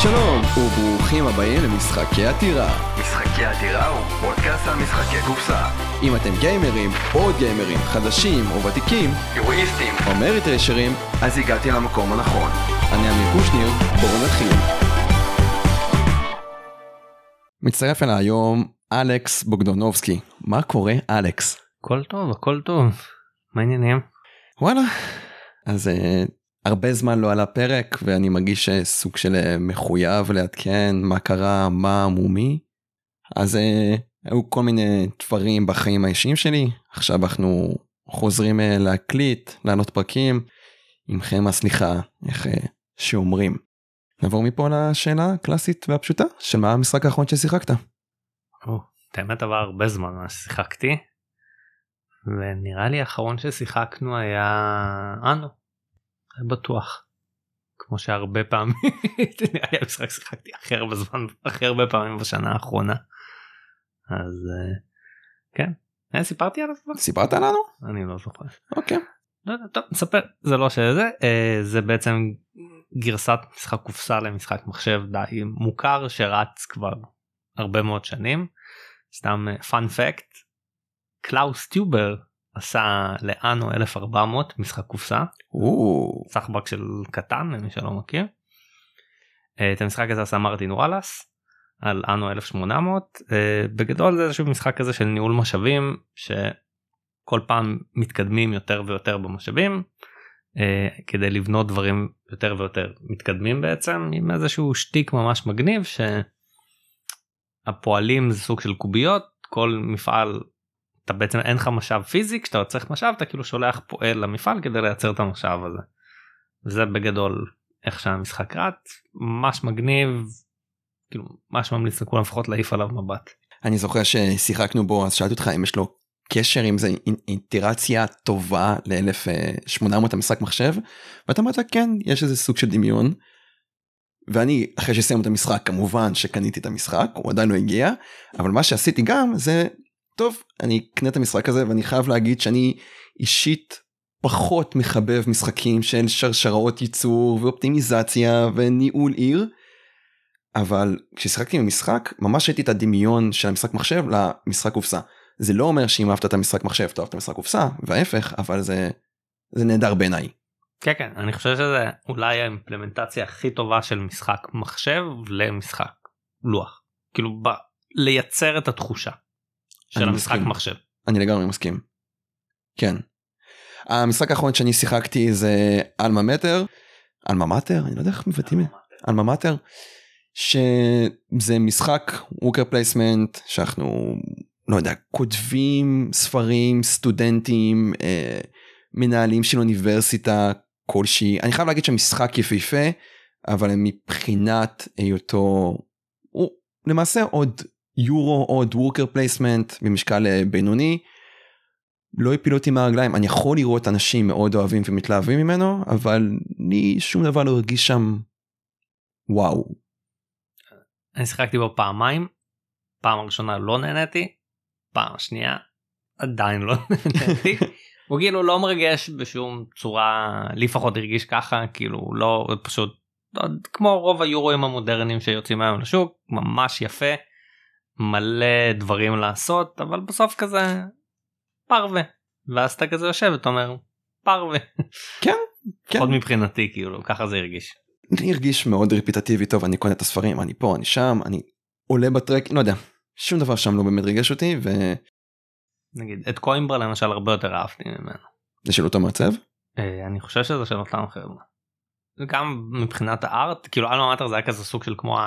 שלום וברוכים הבאים למשחקי עתירה. משחקי עתירה הוא פודקאסט על משחקי קופסה. אם אתם גיימרים, עוד גיימרים, חדשים או ותיקים, יורואיסטים או מריטרשרים, אז הגעתי למקום הנכון. אני אמיר קושניר, בואו נתחיל. מצטרף אליי היום אלכס בוגדונובסקי. מה קורה אלכס? הכל טוב. מה העניינים? וואלה. אז הרבה זמן לא עלה פרק ואני מרגיש סוג של מחויב לעדכן מה קרה, מה מומי. אז היו כל מיני דברים בחיים האישיים שלי. עכשיו אנחנו חוזרים להקליט, לענות פרקים. עמכם הסליחה, איך שאומרים. נעבור מפה לשאלה הקלאסית והפשוטה של מה המשחק האחרון ששיחקת. האמת עבר הרבה זמן מה ששיחקתי. ונראה לי האחרון ששיחקנו היה אנו. בטוח. כמו שהרבה פעמים נראה לי המשחק שיחקתי הכי הרבה פעמים בשנה האחרונה. אז כן. סיפרתי עליו? סיפרת לנו? אני לא זוכר. אוקיי. לא יודע, טוב, נספר. זה לא שזה. זה בעצם גרסת משחק קופסה למשחק מחשב די מוכר שרץ כבר הרבה מאוד שנים. סתם פאנ פקט. קלאוס טיובר עשה לאנו 1400 משחק קופסה. סחבק של קטן למי שלא מכיר. את המשחק הזה עשה מרטין וואלאס על אנו 1800. בגדול זה איזשהו משחק כזה של ניהול משאבים שכל פעם מתקדמים יותר ויותר במשאבים כדי לבנות דברים יותר ויותר מתקדמים בעצם עם איזשהו שטיק ממש מגניב שהפועלים זה סוג של קוביות. כל מפעל אתה בעצם אין לך משאב פיזי, כשאתה צריך משאב אתה כאילו שולח פועל למפעל כדי לייצר את המשאב הזה. וזה בגדול איך שהמשחק רץ, ממש מגניב, כאילו ממש ממליץ לכולם לפחות להעיף עליו מבט. אני זוכר ששיחקנו בו, אז שאלתי אותך אם יש לו קשר עם זה אינטראציה טובה ל-1800 המשחק מחשב, ואתה אמרת כן, יש איזה סוג של דמיון, ואני אחרי שסיימו את המשחק כמובן שקניתי את המשחק, הוא עדיין לא הגיע, אבל מה שעשיתי גם זה טוב, אני אקנה את המשחק הזה ואני חייב להגיד שאני אישית פחות מחבב משחקים של שרשראות ייצור ואופטימיזציה וניהול עיר, אבל כששיחקתי במשחק ממש ראיתי את הדמיון של המשחק מחשב למשחק קופסה. זה לא אומר שאם אהבת את המשחק מחשב אתה אהבת את המשחק קופסה וההפך, אבל זה נהדר בעיניי. כן כן, אני חושב שזה אולי האימפלמנטציה הכי טובה של משחק מחשב למשחק לוח, כאילו לייצר את התחושה של המשחק מחשב. אני לגמרי מסכים. כן. המשחק האחרון שאני שיחקתי זה אלמה מאטר. אלמה מאטר? אני לא יודע איך מבטאים את זה. אלמה מאטר. שזה משחק ווקר פלייסמנט שאנחנו, לא יודע, כותבים ספרים, סטודנטים, מנהלים של אוניברסיטה כלשהי. אני חייב להגיד שהמשחק יפהפה, אבל מבחינת היותו, הוא למעשה עוד יורו או ווקר פלייסמנט במשקל בינוני, לא הפילו אותי מהרגליים. אני יכול לראות אנשים מאוד אוהבים ומתלהבים ממנו, אבל לי שום דבר לא הרגיש שם וואו. אני שיחקתי בו פעמיים, פעם הראשונה לא נהניתי, פעם השנייה עדיין לא נהניתי. הוא כאילו לא מרגש בשום צורה, לפחות הרגיש ככה, כאילו לא, פשוט כמו רוב היורואים המודרניים שיוצאים היום לשוק, ממש יפה, מלא דברים לעשות, אבל בסוף כזה פרווה, ואז אתה כזה יושב ואתה אומר פרווה. כן, כן. עוד מבחינתי כאילו, ככה זה הרגיש. לי הרגיש מאוד רפיטטיבי, טוב אני קונה את הספרים, אני פה, אני שם, אני עולה בטרק, לא יודע, שום דבר שם לא באמת ריגש אותי, נגיד, את קוימברה למשל הרבה יותר אהבתי ממנו. זה של אותו מעצב? אני חושב שזה של אותם חבר'ה. גם מבחינת הארט, כאילו אלמה מאטר זה היה כזה סוג של כמו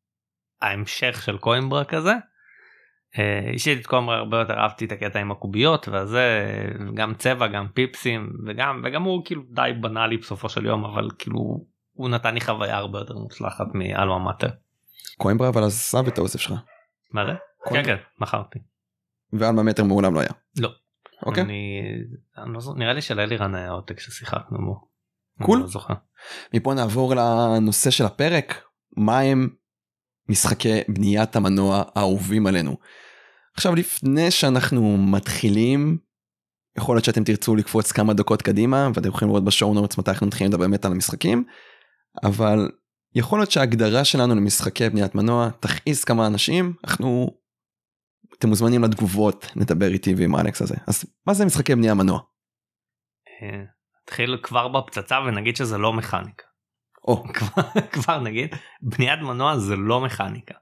ההמשך של קוימברה כזה. אישית את קוימברה הרבה יותר אהבתי את הקטע עם הקוביות, וזה גם צבע, גם פיפסים, וגם הוא כאילו די בנאלי בסופו של יום, אבל כאילו הוא נתן לי חוויה הרבה יותר מוצלחת מאלמה מאטר. קוימברה אבל עזב את האוסף שלך. מה זה? כן כן, מכרתי. ואלמה מאטר מעולם לא היה. לא. אוקיי. נראה לי של אלירן היה עותק ששיחקנו בו. קול. לא זוכר. מפה נעבור לנושא של הפרק. מה הם משחקי בניית המנוע האהובים עלינו? עכשיו לפני שאנחנו מתחילים, יכול להיות שאתם תרצו לקפוץ כמה דקות קדימה, ואתם יכולים לראות בשואו נוטס מתי אנחנו מתחילים לדבר באמת על המשחקים, אבל יכול להיות שההגדרה שלנו למשחקי בניית מנוע תכעיס כמה אנשים, אתם מוזמנים לתגובות, נדבר איתי ועם אלכס הזה. אז מה זה משחקי בניית מנוע? נתחיל כבר בפצצה ונגיד שזה לא מכניקה. כבר נגיד, בניית מנוע זה לא מכניקה.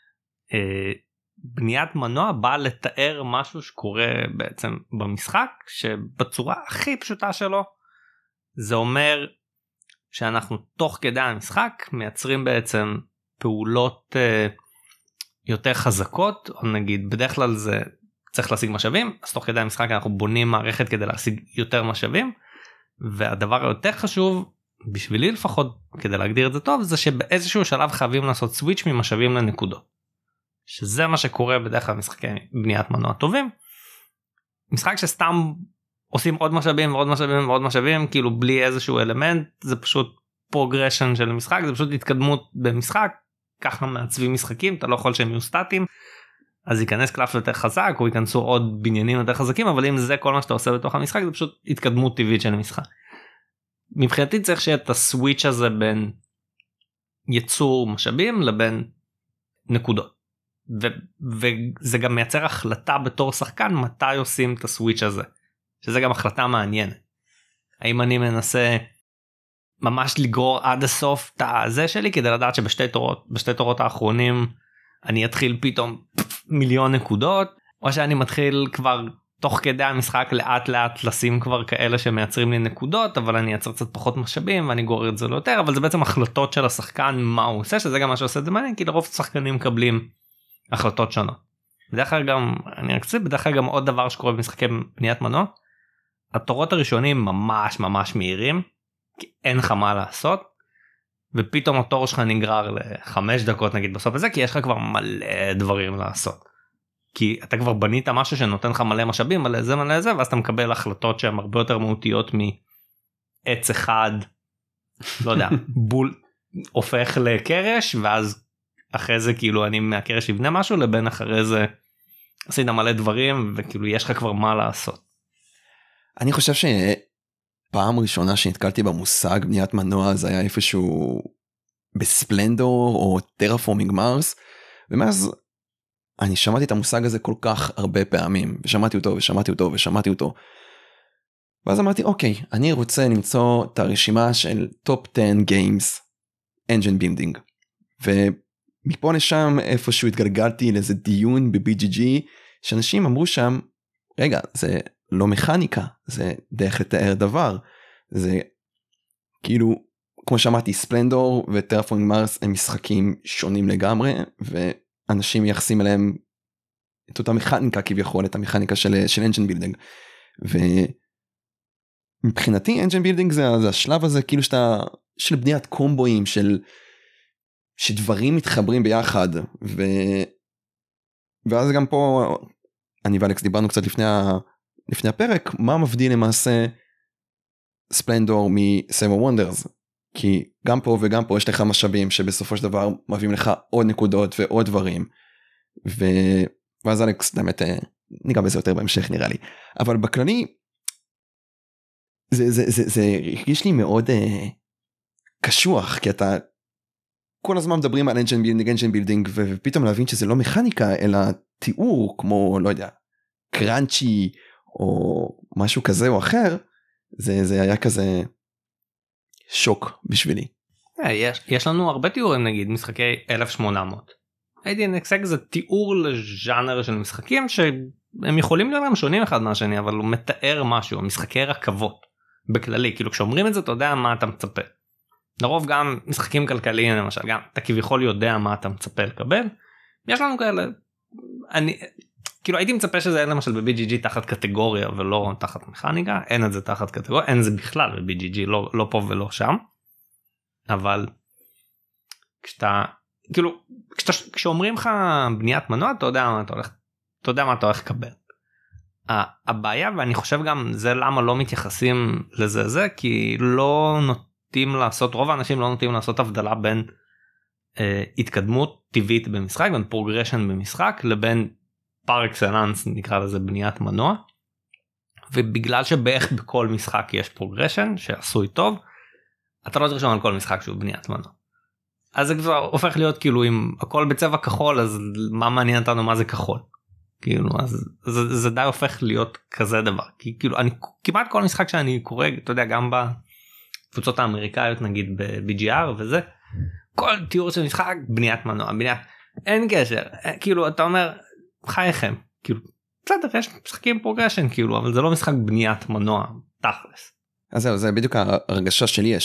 בניית מנוע באה לתאר משהו שקורה בעצם במשחק, שבצורה הכי פשוטה שלו, זה אומר שאנחנו תוך כדי המשחק מייצרים בעצם פעולות יותר חזקות, או נגיד בדרך כלל זה צריך להשיג משאבים, אז תוך כדי המשחק אנחנו בונים מערכת כדי להשיג יותר משאבים, והדבר היותר חשוב, בשבילי לפחות כדי להגדיר את זה טוב, זה שבאיזשהו שלב חייבים לעשות סוויץ' ממשאבים לנקודות. שזה מה שקורה בדרך כלל משחקי בניית מנוע טובים. משחק שסתם עושים עוד משאבים ועוד משאבים ועוד משאבים, כאילו בלי איזשהו אלמנט, זה פשוט פרוגרשן של משחק, זה פשוט התקדמות במשחק, ככה מעצבים משחקים, אתה לא יכול שהם יהיו סטטיים, אז ייכנס קלף יותר חזק, או ייכנסו עוד בניינים יותר חזקים, אבל אם זה כל מה שאתה עושה בתוך המשחק, זה פשוט התקדמות טבעית של המשחק. מבחינתי צריך שיהיה את הסוויץ' הזה בין יצור משאבים לבין נקודות. וזה גם מייצר החלטה בתור שחקן מתי עושים את הסוויץ' הזה. שזה גם החלטה מעניינת. האם אני מנסה ממש לגרור עד הסוף את הזה שלי כדי לדעת שבשתי תורות האחרונים אני אתחיל פתאום מיליון נקודות, או שאני מתחיל כבר תוך כדי המשחק לאט לאט לשים כבר כאלה שמייצרים לי נקודות, אבל אני אייצר קצת פחות משאבים ואני גורר את זה לא יותר, אבל זה בעצם החלטות של השחקן מה הוא עושה, שזה גם מה שעושה את זה מעניין, כי לרוב שחקנים מקבלים החלטות שונות. בדרך כלל גם, אני אקצר, בדרך כלל גם עוד דבר שקורה במשחקי בניית מנוע, התורות הראשונים ממש ממש מהירים, כי אין לך מה לעשות, ופתאום התור שלך נגרר ל5 דקות נגיד בסוף הזה, כי יש לך כבר מלא דברים לעשות. כי אתה כבר בנית משהו שנותן לך מלא משאבים, מלא זה, ואז אתה מקבל החלטות שהן הרבה יותר מהותיות מעץ אחד, לא יודע, בול, הופך לקרש, ואז אחרי זה כאילו אני מהקרש יבנה משהו, לבין אחרי זה עשית מלא דברים, וכאילו יש לך כבר מה לעשות. אני חושב שפעם ראשונה שנתקלתי במושג בניית מנוע, זה היה איפשהו בספלנדור או טרפורמינג מרס, ומאז אני שמעתי את המושג הזה כל כך הרבה פעמים, ושמעתי אותו ושמעתי אותו ושמעתי אותו, ואז אמרתי אוקיי, אני רוצה למצוא את הרשימה של טופ 10 games engine building, ומפה לשם איפשהו התגלגלתי לאיזה דיון ב-BGG, שאנשים אמרו שם, רגע, זה לא מכניקה, זה דרך לתאר דבר, זה כאילו, כמו שאמרתי, ספלנדור וטרפורמינג מרס הם משחקים שונים לגמרי, ואנשים מייחסים אליהם את אותה מכניקה כביכול, את המכניקה של engine building, ומבחינתי engine building זה השלב הזה כאילו של בניית קומבואים, שדברים מתחברים ביחד, ואז גם פה אני ואלכס דיברנו קצת לפני הפרק, מה מבדיל למעשה ספלנדור מ-Seven Wonders, כי גם פה וגם פה יש לך משאבים שבסופו של דבר מביאים לך עוד נקודות ועוד דברים, ואז אלכס באמת ניגע בזה יותר בהמשך נראה לי, אבל בכללי זה הרגיש לי מאוד קשוח, כי אתה כל הזמן מדברים על engine building, ופתאום להבין שזה לא מכניקה אלא תיאור כמו לא יודע קראנצ'י או משהו כזה או אחר, זה היה כזה שוק בשבילי. יש לנו הרבה תיאורים, נגיד משחקי 1800. ADNXX זה תיאור לז'אנר של משחקים שהם יכולים להיות גם שונים אחד מהשני, אבל הוא מתאר משהו, משחקי רכבות בכללי, כאילו כשאומרים את זה אתה יודע מה אתה מצפה. לרוב גם משחקים כלכליים למשל, גם אתה כביכול יודע מה אתה מצפה לקבל. יש לנו כאלה, אני כאילו הייתי מצפה שזה אין למשל ב-BGG תחת קטגוריה ולא תחת מכניקה, אין את זה תחת קטגוריה, אין את זה בכלל ב-BGG, לא פה ולא שם. אבל כשאומרים לך בניית מנוע, אתה יודע מה אתה הולך לקבל. הבעיה, ואני חושב גם זה למה לא מתייחסים לזה, כי לא נוטים לעשות, רוב האנשים לא נוטים לעשות הבדלה בין התקדמות טבעית במשחק, בין פרוגרשן במשחק, לבין פר אקסלנס נקרא לזה בניית מנוע, ובגלל שבערך בכל משחק יש פרוגרשן שעשוי טוב, אתה לא תרשום על כל משחק שהוא בניית מנוע. אז זה כבר הופך להיות כאילו אם הכל בצבע כחול אז מה מעניין אותנו מה זה כחול. כאילו אז זה די הופך להיות כזה דבר כי כאילו אני כמעט כל משחק שאני קורא אתה יודע גם בקבוצות האמריקאיות נגיד ב-BGR וזה כל תיאור של משחק בניית מנוע אין קשר כאילו אתה אומר חייכם כאילו בסדר יש משחקים פרוגרשן כאילו אבל זה לא משחק בניית מנוע תכלס. אז זהו זה בדיוק הרגשה שלי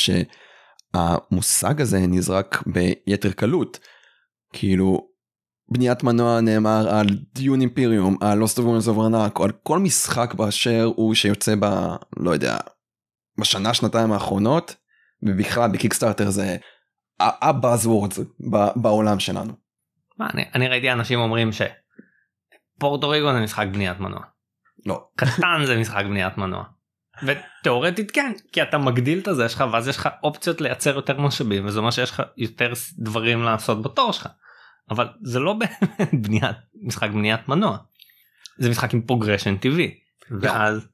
שהמושג הזה נזרק ביתר קלות כאילו בניית מנוע נאמר על דיון אימפריום על לוסט אוף וורנאק או על כל משחק באשר הוא שיוצא לא יודע בשנה שנתיים האחרונות ובכלל בקיקסטארטר זה הבאזוורדס בעולם שלנו. אני ראיתי אנשים אומרים שפורטו ריקו זה משחק בניית מנוע. לא. קטן זה משחק בניית מנוע. ותיאורטית כן, כי אתה מגדיל את זה שלך ואז יש לך אופציות לייצר יותר משאבים וזה אומר שיש לך יותר דברים לעשות בתור שלך. אבל זה לא באמת משחק בניית מנוע. זה משחק עם פרוגרשן טבעי. ואז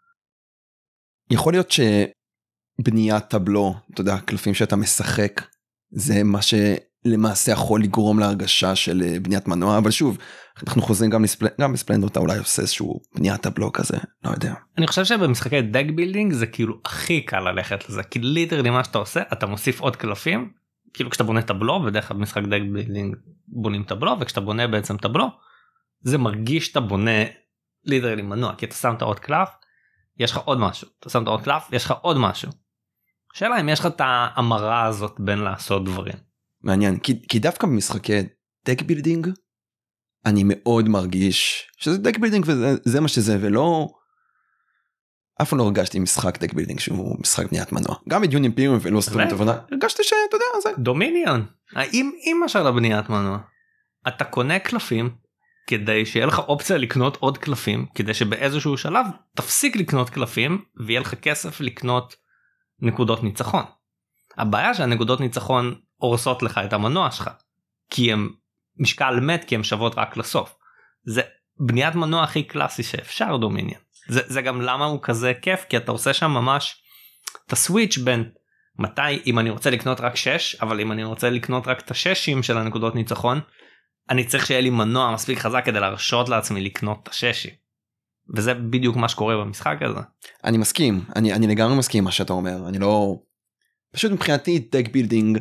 יכול להיות שבניית טבלו, אתה יודע, קלפים שאתה משחק, זה מה שלמעשה יכול לגרום להרגשה של בניית מנוע, אבל שוב, אנחנו חוזרים גם בספלנדר, אתה אולי עושה איזשהו בניית טבלו כזה, לא יודע. אני חושב שבמשחקי דק בילדינג זה כאילו הכי קל ללכת לזה, כי ליטרלי מה שאתה עושה, אתה מוסיף עוד קלפים, כאילו כשאתה בונה טבלו, בדרך כלל במשחק דק בילדינג בונים טבלו, וכשאתה בונה בעצם טבלו, זה מרגיש שאתה בונה ליטרלי מנוע, כי אתה שמת עוד קלף, יש לך עוד משהו, אתה שמת עוד קלף, יש לך עוד משהו. שאלה אם יש לך את האמרה הזאת בין לעשות דברים. מעניין, כי דווקא במשחקי דק בילדינג, אני מאוד מרגיש שזה דק בילדינג וזה מה שזה, ולא, אף פעם לא הרגשתי משחק דק בילדינג שהוא משחק בניית מנוע. גם בדיון אימפריום ולא סטרומט הבנה, הרגשתי שאתה יודע, זה. דומיניון, אם משל לבניית מנוע, אתה קונה קלפים, כדי שיהיה לך אופציה לקנות עוד קלפים, כדי שבאיזשהו שלב תפסיק לקנות קלפים, ויהיה לך כסף לקנות נקודות ניצחון. הבעיה שהנקודות ניצחון הורסות לך את המנוע שלך, כי הם משקל מת, כי הם שוות רק לסוף. זה בניית מנוע הכי קלאסי שאפשר דומיניון. זה גם למה הוא כזה כיף, כי אתה עושה שם ממש את הסוויץ' בין מתי, אם אני רוצה לקנות רק 6, אבל אם אני רוצה לקנות רק את ה6 של הנקודות ניצחון, אני צריך שיהיה לי מנוע מספיק חזק כדי להרשות לעצמי לקנות את ה6. וזה בדיוק מה שקורה במשחק הזה. אני מסכים, אני לגמרי מסכים מה שאתה אומר, אני לא, פשוט מבחינתי דק בילדינג,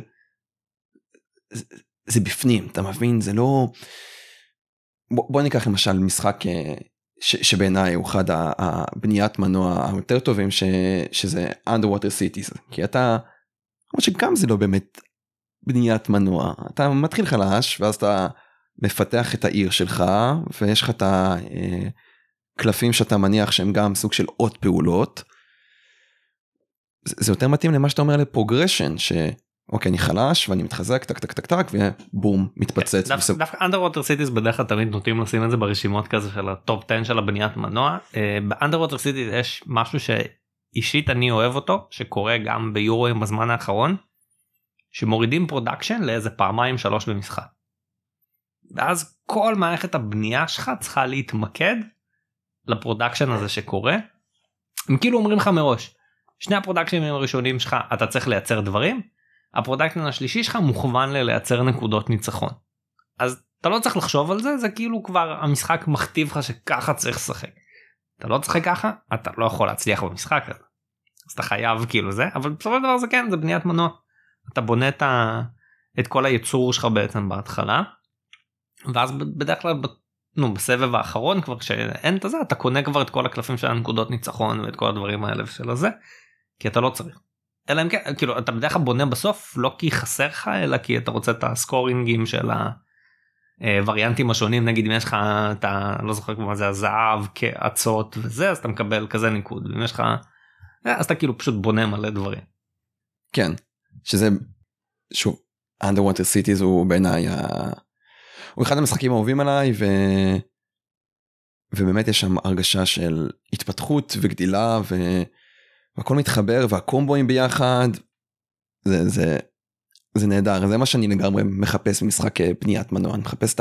זה בפנים, אתה מבין, זה לא, בוא ניקח למשל משחק שבעיניי הוא אחד הבניית מנוע היותר טובים, שזה Underwater Cities, כי אתה, כמו שגם זה לא באמת בניית מנוע, אתה מתחיל חלש, ואז אתה מפתח את העיר שלך, ויש לך את הקלפים שאתה מניח שהם גם סוג של עוד פעולות, זה יותר מתאים למה שאתה אומר לפרוגרשן, שאוקיי אני חלש ואני מתחזק טק טק טק טק ובום מתפצץ. דווקא Underwater Cities בדרך כלל תמיד נוטים לשים את זה ברשימות כזה של הטופ 10 של הבניית מנוע. ב-Underwater Cities יש משהו שאישית אני אוהב אותו, שקורה גם ביורואים בזמן האחרון, שמורידים פרודקשן לאיזה 2-3 במשחק. ואז כל מערכת הבנייה שלך צריכה להתמקד לפרודקשן הזה שקורה. הם כאילו אומרים לך מראש, שני הפרודקשנים הראשונים שלך אתה צריך לייצר דברים, הפרודקשן השלישי שלך מוכוון לייצר נקודות ניצחון. אז אתה לא צריך לחשוב על זה, זה כאילו כבר המשחק מכתיב לך שככה צריך לשחק. אתה לא צריך ככה, אתה לא יכול להצליח במשחק הזה. אז אתה חייב כאילו זה, אבל בסופו של דבר זה כן, זה בניית מנוע. אתה בונה את כל היצור שלך בעצם בהתחלה, ואז בדרך כלל בסבב האחרון כבר כשאין את זה, אתה קונה כבר את כל הקלפים של הנקודות ניצחון ואת כל הדברים האלה ושל הזה, כי אתה לא צריך. אלא אם כן, כאילו אתה בדרך כלל בונה בסוף, לא כי חסר לך, אלא כי אתה רוצה את הסקורינגים של הווריאנטים השונים, נגיד אם יש לך, אתה לא זוכר כמו זה, הזהב כעצות וזה, אז אתה מקבל כזה ניקוד, ואם יש לך, אז אתה כאילו פשוט בונה מלא דברים. כן, שזה, שוב, Underwater Cities הוא בעיניי, הוא אחד המשחקים האהובים עליי, ובאמת יש שם הרגשה של התפתחות וגדילה, והכל מתחבר, והקומבואים ביחד, זה נהדר, זה מה שאני לגמרי מחפש במשחק בניית מנוע, אני מחפש את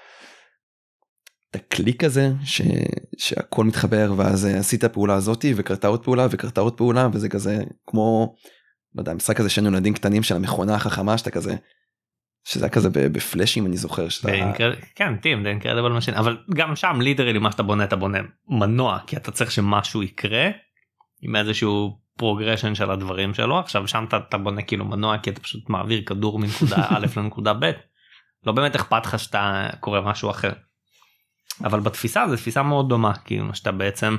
הקליק הזה, שהכל מתחבר, ואז עשית הפעולה הזאת, וקרתה עוד פעולה, וקרתה עוד פעולה, וזה כזה כמו, לא יודע, המשחק הזה שאני ילדים קטנים של המכונה החכמה, שאתה כזה, שזה היה כזה בפלאשים, אני זוכר שאתה... כן, טים, זה אינקרדיבל משין, אבל גם שם ליטרלי מה שאתה בונה, אתה בונה מנוע, כי אתה צריך שמשהו יקרה, עם איזשהו פרוגרשן של הדברים שלו. עכשיו שם אתה בונה כאילו מנוע, כי אתה פשוט מעביר כדור מנקודה א' לנקודה ב', לא באמת אכפת לך שאתה קורא משהו אחר. אבל בתפיסה זו תפיסה מאוד דומה, כאילו שאתה בעצם,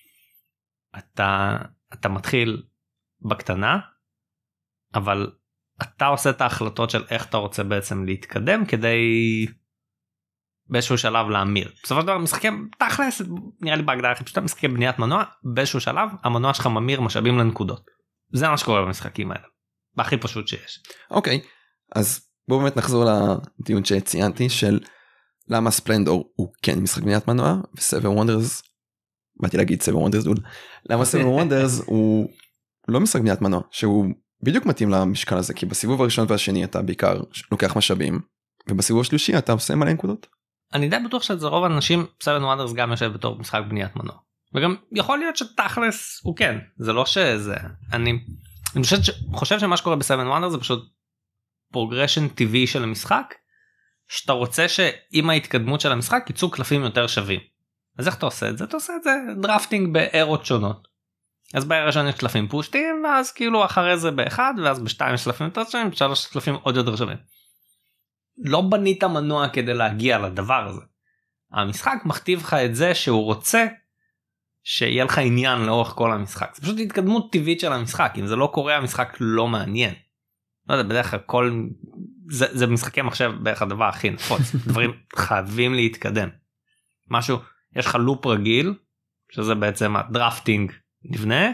אתה מתחיל בקטנה, אבל אתה עושה את ההחלטות של איך אתה רוצה בעצם להתקדם, כדי באיזשהו שלב להמיר. בסופו של דבר משחקי, תכלס, נראה לי בהגדרה הכי פשוטה, משחקי בניית מנוע, באיזשהו שלב המנוע שלך ממיר משאבים לנקודות. זה מה שקורה במשחקים האלה, בהכי פשוט שיש. אוקיי, אז בואו באמת נחזור לדיון שציינתי, של למה ספלנדור הוא כן משחק בניית מנוע, ו7 Wonders, באתי להגיד 7 Wonders, למה 7 Wonders הוא לא משחק בניית מנוע, שהוא בדיוק מתאים למשקל הזה, כי בסיבוב הראשון והשני אתה בעיקר לוקח משאבים, ובסיבוב השלישי אתה עושה מלא נקודות. אני די בטוח שזה רוב האנשים, 7 Wonders גם יושב בתור משחק בניית מנוע, וגם יכול להיות שתכלס הוא כן, זה לא שזה, אני חושב שמה שקורה ב7 Wonders זה פשוט פרוגרשן טבעי של המשחק, שאתה רוצה שעם ההתקדמות של המשחק ייצאו קלפים יותר שווים. אז איך אתה עושה את זה? אתה עושה את זה דרפטינג בארות שונות. אז בעיר הראשון יש קלפים פושטים, ואז כאילו אחרי זה באחד, ואז בשתיים יש קלפים יותר שווים, בשלוש קלפים עוד יותר שווים. לא בנית מנוע כדי להגיע לדבר הזה. המשחק מכתיב לך את זה שהוא רוצה שיהיה לך עניין לאורך כל המשחק. זה פשוט התקדמות טבעית של המשחק. אם זה לא קורה, המשחק לא מעניין. לא יודע, בדרך כלל כל... זה משחקי מחשב בערך הדבר הכי נפוץ. דברים חייבים להתקדם. משהו, יש לך לופ רגיל, שזה בעצם הדרפטינג נבנה,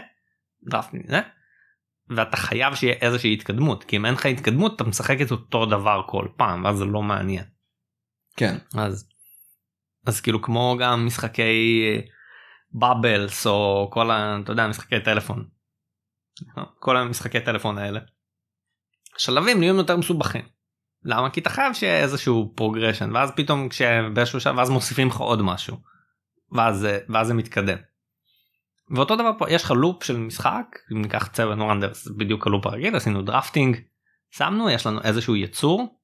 ואתה חייב שיהיה איזושהי התקדמות, כי אם אין לך התקדמות, אתה משחק את אותו דבר כל פעם, ואז זה לא מעניין. כן. אז כאילו כמו גם משחקי בבלס, או כל אתה יודע, משחקי טלפון. כל המשחקי טלפון האלה. שלבים נהיים יותר מסובכים. למה? כי אתה חייב שיהיה איזשהו פרוגרשן, ואז פתאום כשבאיזשהו שלב, ואז מוסיפים לך עוד משהו. ואז זה מתקדם. ואותו דבר פה, יש לך לופ של משחק, אם ניקח 7 Wonders, בדיוק הלופ הרגיל, עשינו דרפטינג, שמנו, יש לנו איזשהו יצור,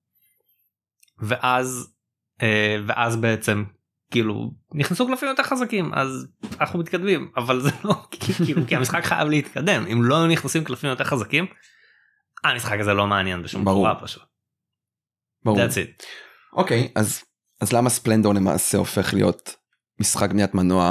ואז בעצם, כאילו, נכנסו קלפים יותר חזקים, אז אנחנו מתקדמים, אבל זה לא, כאילו, כי המשחק חייב להתקדם, אם לא נכנסים קלפים יותר חזקים, המשחק הזה לא מעניין בשום צורה פשוט. ברור. That's it. אוקיי, אז למה ספלנדור למעשה הופך להיות משחק בניית מנוע,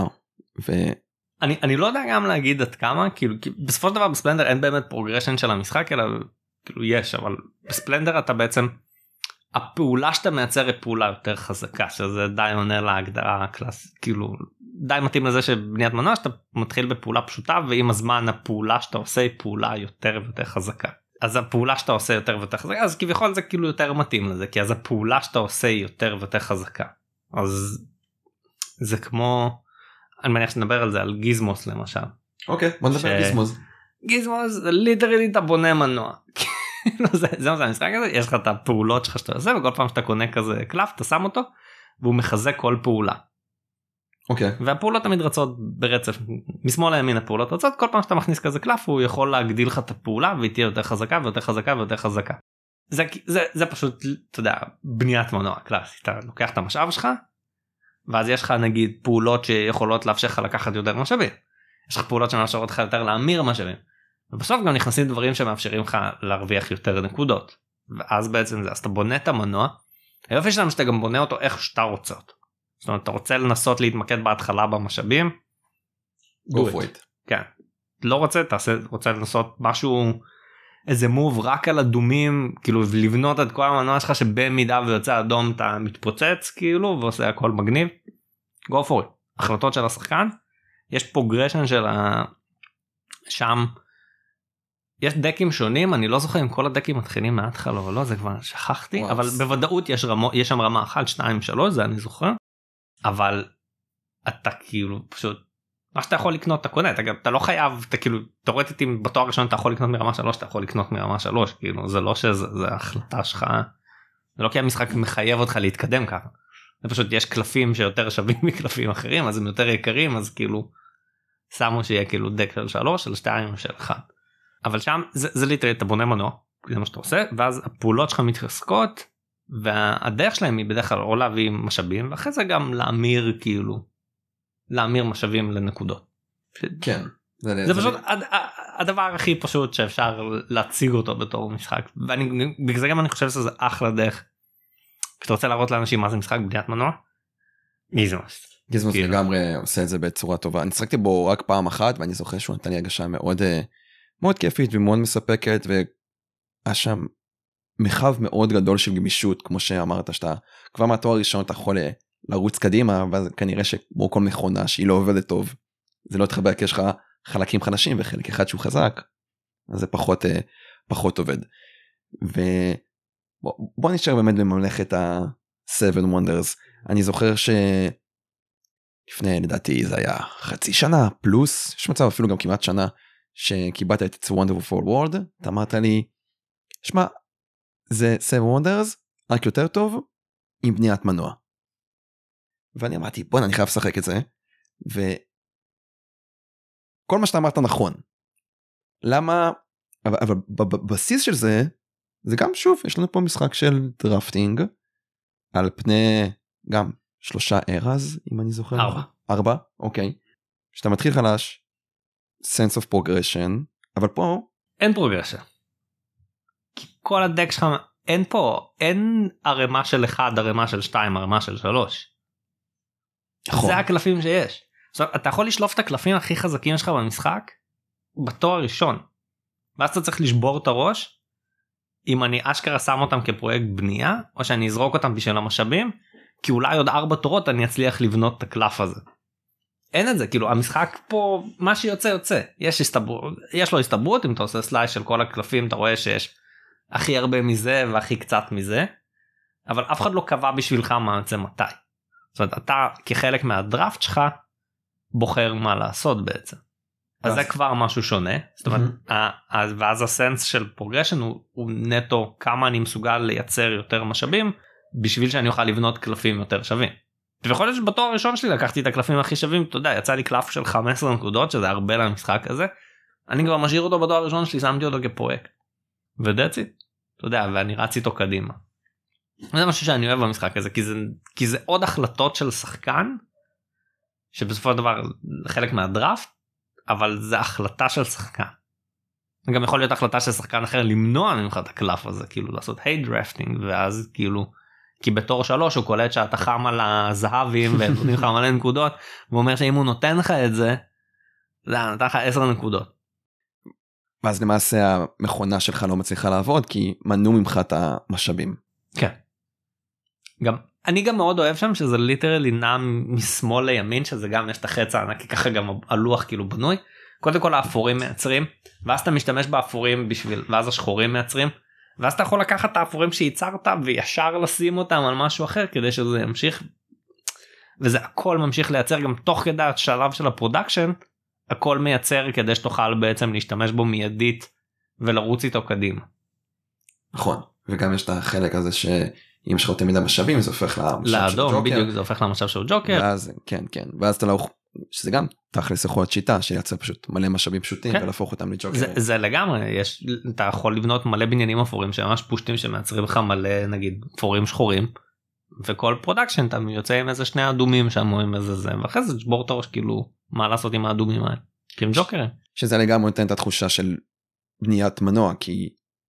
אני לא יודע גם להגיד עד כמה, כאילו, בסופו של דבר בספלנדר אין באמת פרוגרשן של המשחק, אלא כאילו יש, אבל בספלנדר אתה בעצם, הפעולה שאתה מייצר היא פעולה יותר חזקה, שזה די עונה להגדרה הקלאסית, כאילו, די מתאים לזה שבניית מנוע שאתה מתחיל בפעולה פשוטה, ועם הזמן הפעולה שאתה עושה היא פעולה יותר ויותר חזקה. אז הפעולה שאתה עושה יותר ויותר חזקה, אז כביכול זה כאילו יותר מתאים לזה, כי אז הפעולה שאתה עושה היא יותר ויותר חזקה. אז זה כמו, אני מניח שנדבר על זה, על גיזמוס למשל. אוקיי, בוא נדבר על גיזמוס. גיזמוס, ליטרלי אתה בונה מנוע. זה מה זה המשחק הזה, יש לך את הפעולות שלך שאתה עושה, וכל פעם שאתה קונה כזה קלף, אתה שם אותו, והוא מחזק כל פעולה. אוקיי. והפעולות תמיד רצות ברצף, משמאל לימין הפעולות רצות, כל פעם שאתה מכניס כזה קלף, הוא יכול להגדיל לך את הפעולה, והיא תהיה יותר חזקה ויותר חזקה ויותר חזקה. זה פשוט, אתה יודע, בניית מנוע קלאסי, אתה לוקח את המשאב שלך, ואז יש לך נגיד פעולות שיכולות לאפשר לך לקחת יותר משאבים. יש לך פעולות שמאפשרות לך יותר להמיר משאבים. ובסוף גם נכנסים דברים שמאפשרים לך להרוויח יותר נקודות. ואז בעצם זה, אז אתה בונה את המנוע, היופי שלנו שאתה גם בונה אותו איך שאתה רוצה אותו. זאת אומרת, אתה רוצה לנסות להתמקד בהתחלה במשאבים, go for it. כן. לא רוצה, רוצה לנסות משהו, איזה מוב רק על אדומים, כאילו לבנות את כל המנוע שלך שבמידה ויוצא אדום אתה מתפוצץ כאילו ועושה הכל מגניב. go for it. החלטות של השחקן, יש פרוגרשן של שם, יש דקים שונים, אני לא זוכר אם כל הדקים מתחילים מההתחלה או לא, זה כבר שכחתי, אבל בוודאות יש שם רמה 1, 2, 3, זה אני זוכר, אבל אתה כאילו פשוט, מה שאתה יכול לקנות אתה קונה, אתה לא חייב, אתה כאילו, תאורטית אם בתואר ראשון אתה יכול לקנות מרמה 3, אתה יכול לקנות מרמה 3, כאילו זה לא שזה החלטה שלך, זה לא כי המשחק מחייב אותך להתקדם ככה, זה פשוט יש קלפים שיותר שווים מקלפים אחרים, אז הם יותר יקרים, אז כאילו, שמו שיהיה כאילו דק של 3, של 2 או של 1. אבל שם זה ליטרלי, אתה בונה מנוע, זה מה שאתה עושה, ואז הפעולות שלך מתחזקות והדרך שלהם היא בדרך כלל או להביא משאבים ואחרי זה גם להמיר משאבים לנקודות. כן. זה פשוט הדבר הכי פשוט שאפשר להציג אותו בתור משחק, ובגלל זה גם אני חושב שזה אחלה דרך. כשאתה רוצה להראות לאנשים מה זה משחק בניית מנוע, גיזמוס. גיזמוס לגמרי עושה את זה בצורה טובה. אני שחקתי בו רק פעם אחת ואני זוכר שהוא נתן לי הגשה מאוד כיפית ומאוד מספקת, והיה שם מחב מאוד גדול של גמישות, כמו שאמרת, שאתה כבר מהתואר הראשון אתה יכול לרוץ קדימה, אבל כנראה שכמו כל מכונה שהיא לא עובדת טוב, זה לא תחבר, כי יש לך חלקים חדשים וחלק אחד שהוא חזק, אז זה פחות עובד. ובוא נשאר באמת בממלכת ה-7 Wonders. אני זוכר שלפני, לדעתי זה היה חצי שנה פלוס, יש מצב אפילו גם כמעט שנה, שקיבלת את It's a Wonderful World, אתה אמרת לי, שמע, זה 7 Wonders, רק יותר טוב, עם בניית מנוע. ואני אמרתי, בוא, אני חייב לשחק את זה, כל מה שאתה אמרת נכון. למה? אבל בבסיס של זה, זה גם שוב, יש לנו פה משחק של דרפטינג, על פני גם 3 eras, אם אני זוכר. 4, אוקיי. שאתה מתחיל חלש, sense of progression, אבל פה... אין פרוגרשן. כי כל הדק שלך, אין ערימה של 1, ערימה של 2, ערימה של 3. נכון. זה הקלפים שיש. זאת, אתה יכול לשלוף את הקלפים הכי חזקים שלך במשחק בתואר הראשון, ואז אתה צריך לשבור את הראש אם אני אשכרה שם אותם כפרויקט בנייה או שאני אזרוק אותם בשביל המשאבים, כי אולי עוד 4 תורות אני אצליח לבנות את הקלף הזה. אין את זה, כאילו המשחק פה מה שיוצא יוצא, יש לו הסתברות. אם אתה עושה סלייס של כל הקלפים אתה רואה שיש הכי הרבה מזה והכי קצת מזה, אבל אף אחד לא קבע בשבילך מה יוצא מתי. זאת אומרת, אתה כחלק מהדראפט שלך בוחר מה לעשות בעצם. אז זה כבר משהו שונה. זאת אומרת, ואז הסנס של פרוגרשן הוא נטו כמה אני מסוגל לייצר יותר משאבים בשביל שאני אוכל לבנות קלפים יותר שווים. ויכול להיות שבתואר הראשון שלי לקחתי את הקלפים הכי שווים, אתה יודע, יצא לי קלף של 15 נקודות שזה הרבה למשחק הזה, אני כבר משאיר אותו בתואר הראשון שלי, שמתי אותו כפרויקט ודאצי, אתה יודע, ואני רץ איתו קדימה. זה משהו שאני אוהב במשחק הזה, כי זה עוד החלטות של שחקן שבסופו של דבר חלק מהדראפט, אבל זה החלטה של שחקן. גם יכול להיות החלטה של שחקן אחר למנוע ממך את הקלף הזה, כאילו לעשות היי דרפטינג, ואז כאילו, כי בתור 3 הוא קולט שאתה חם על הזהבים ונותנים לך מלא נקודות, והוא אומר שאם הוא נותן לך את זה, זה נתן לך 10 נקודות. ואז למעשה המכונה שלך לא מצליחה לעבוד, כי מנעו ממך את המשאבים. כן. אני גם מאוד אוהב שם שזה ליטרלי נע משמאל לימין, שזה גם יש את החץ הענקי, ככה גם הלוח כאילו בנוי. קודם כל האפורים מייצרים, ואז אתה משתמש באפורים ואז השחורים מייצרים, ואז אתה יכול לקחת את האפורים שייצרת וישר לשים אותם על משהו אחר כדי שזה ימשיך, וזה הכל ממשיך לייצר גם תוך כדי השלב של הפרודקשן, הכל מייצר כדי שתוכל בעצם להשתמש בו מיידית ולרוץ איתו קדימה. נכון, וגם יש את החלק הזה שאם יש לך יותר מדי משאבים זה הופך למשאב של לאדום, ג'וקר. בדיוק זה הופך למשאב של ג'וקר. ואז, כן, ואז אתה לא, שזה גם תכלס יכול להיות שיטה שייצר פשוט מלא משאבים פשוטים כן. ולהפוך אותם לג'וקר. זה לגמרי, אתה יכול לבנות מלא בניינים אפורים שממש פושטים שמייצרים לך מלא נגיד אפורים שחורים, וכל פרודקשן אתה יוצא עם איזה 2 אדומים שם או עם איזה זה, ואחרי זה תשבור את הראש כאילו מה לעשות עם האדומים האלה, כי הם ג'וקרים. שזה לגמרי נותן את התחושה של בניית מנוע, כי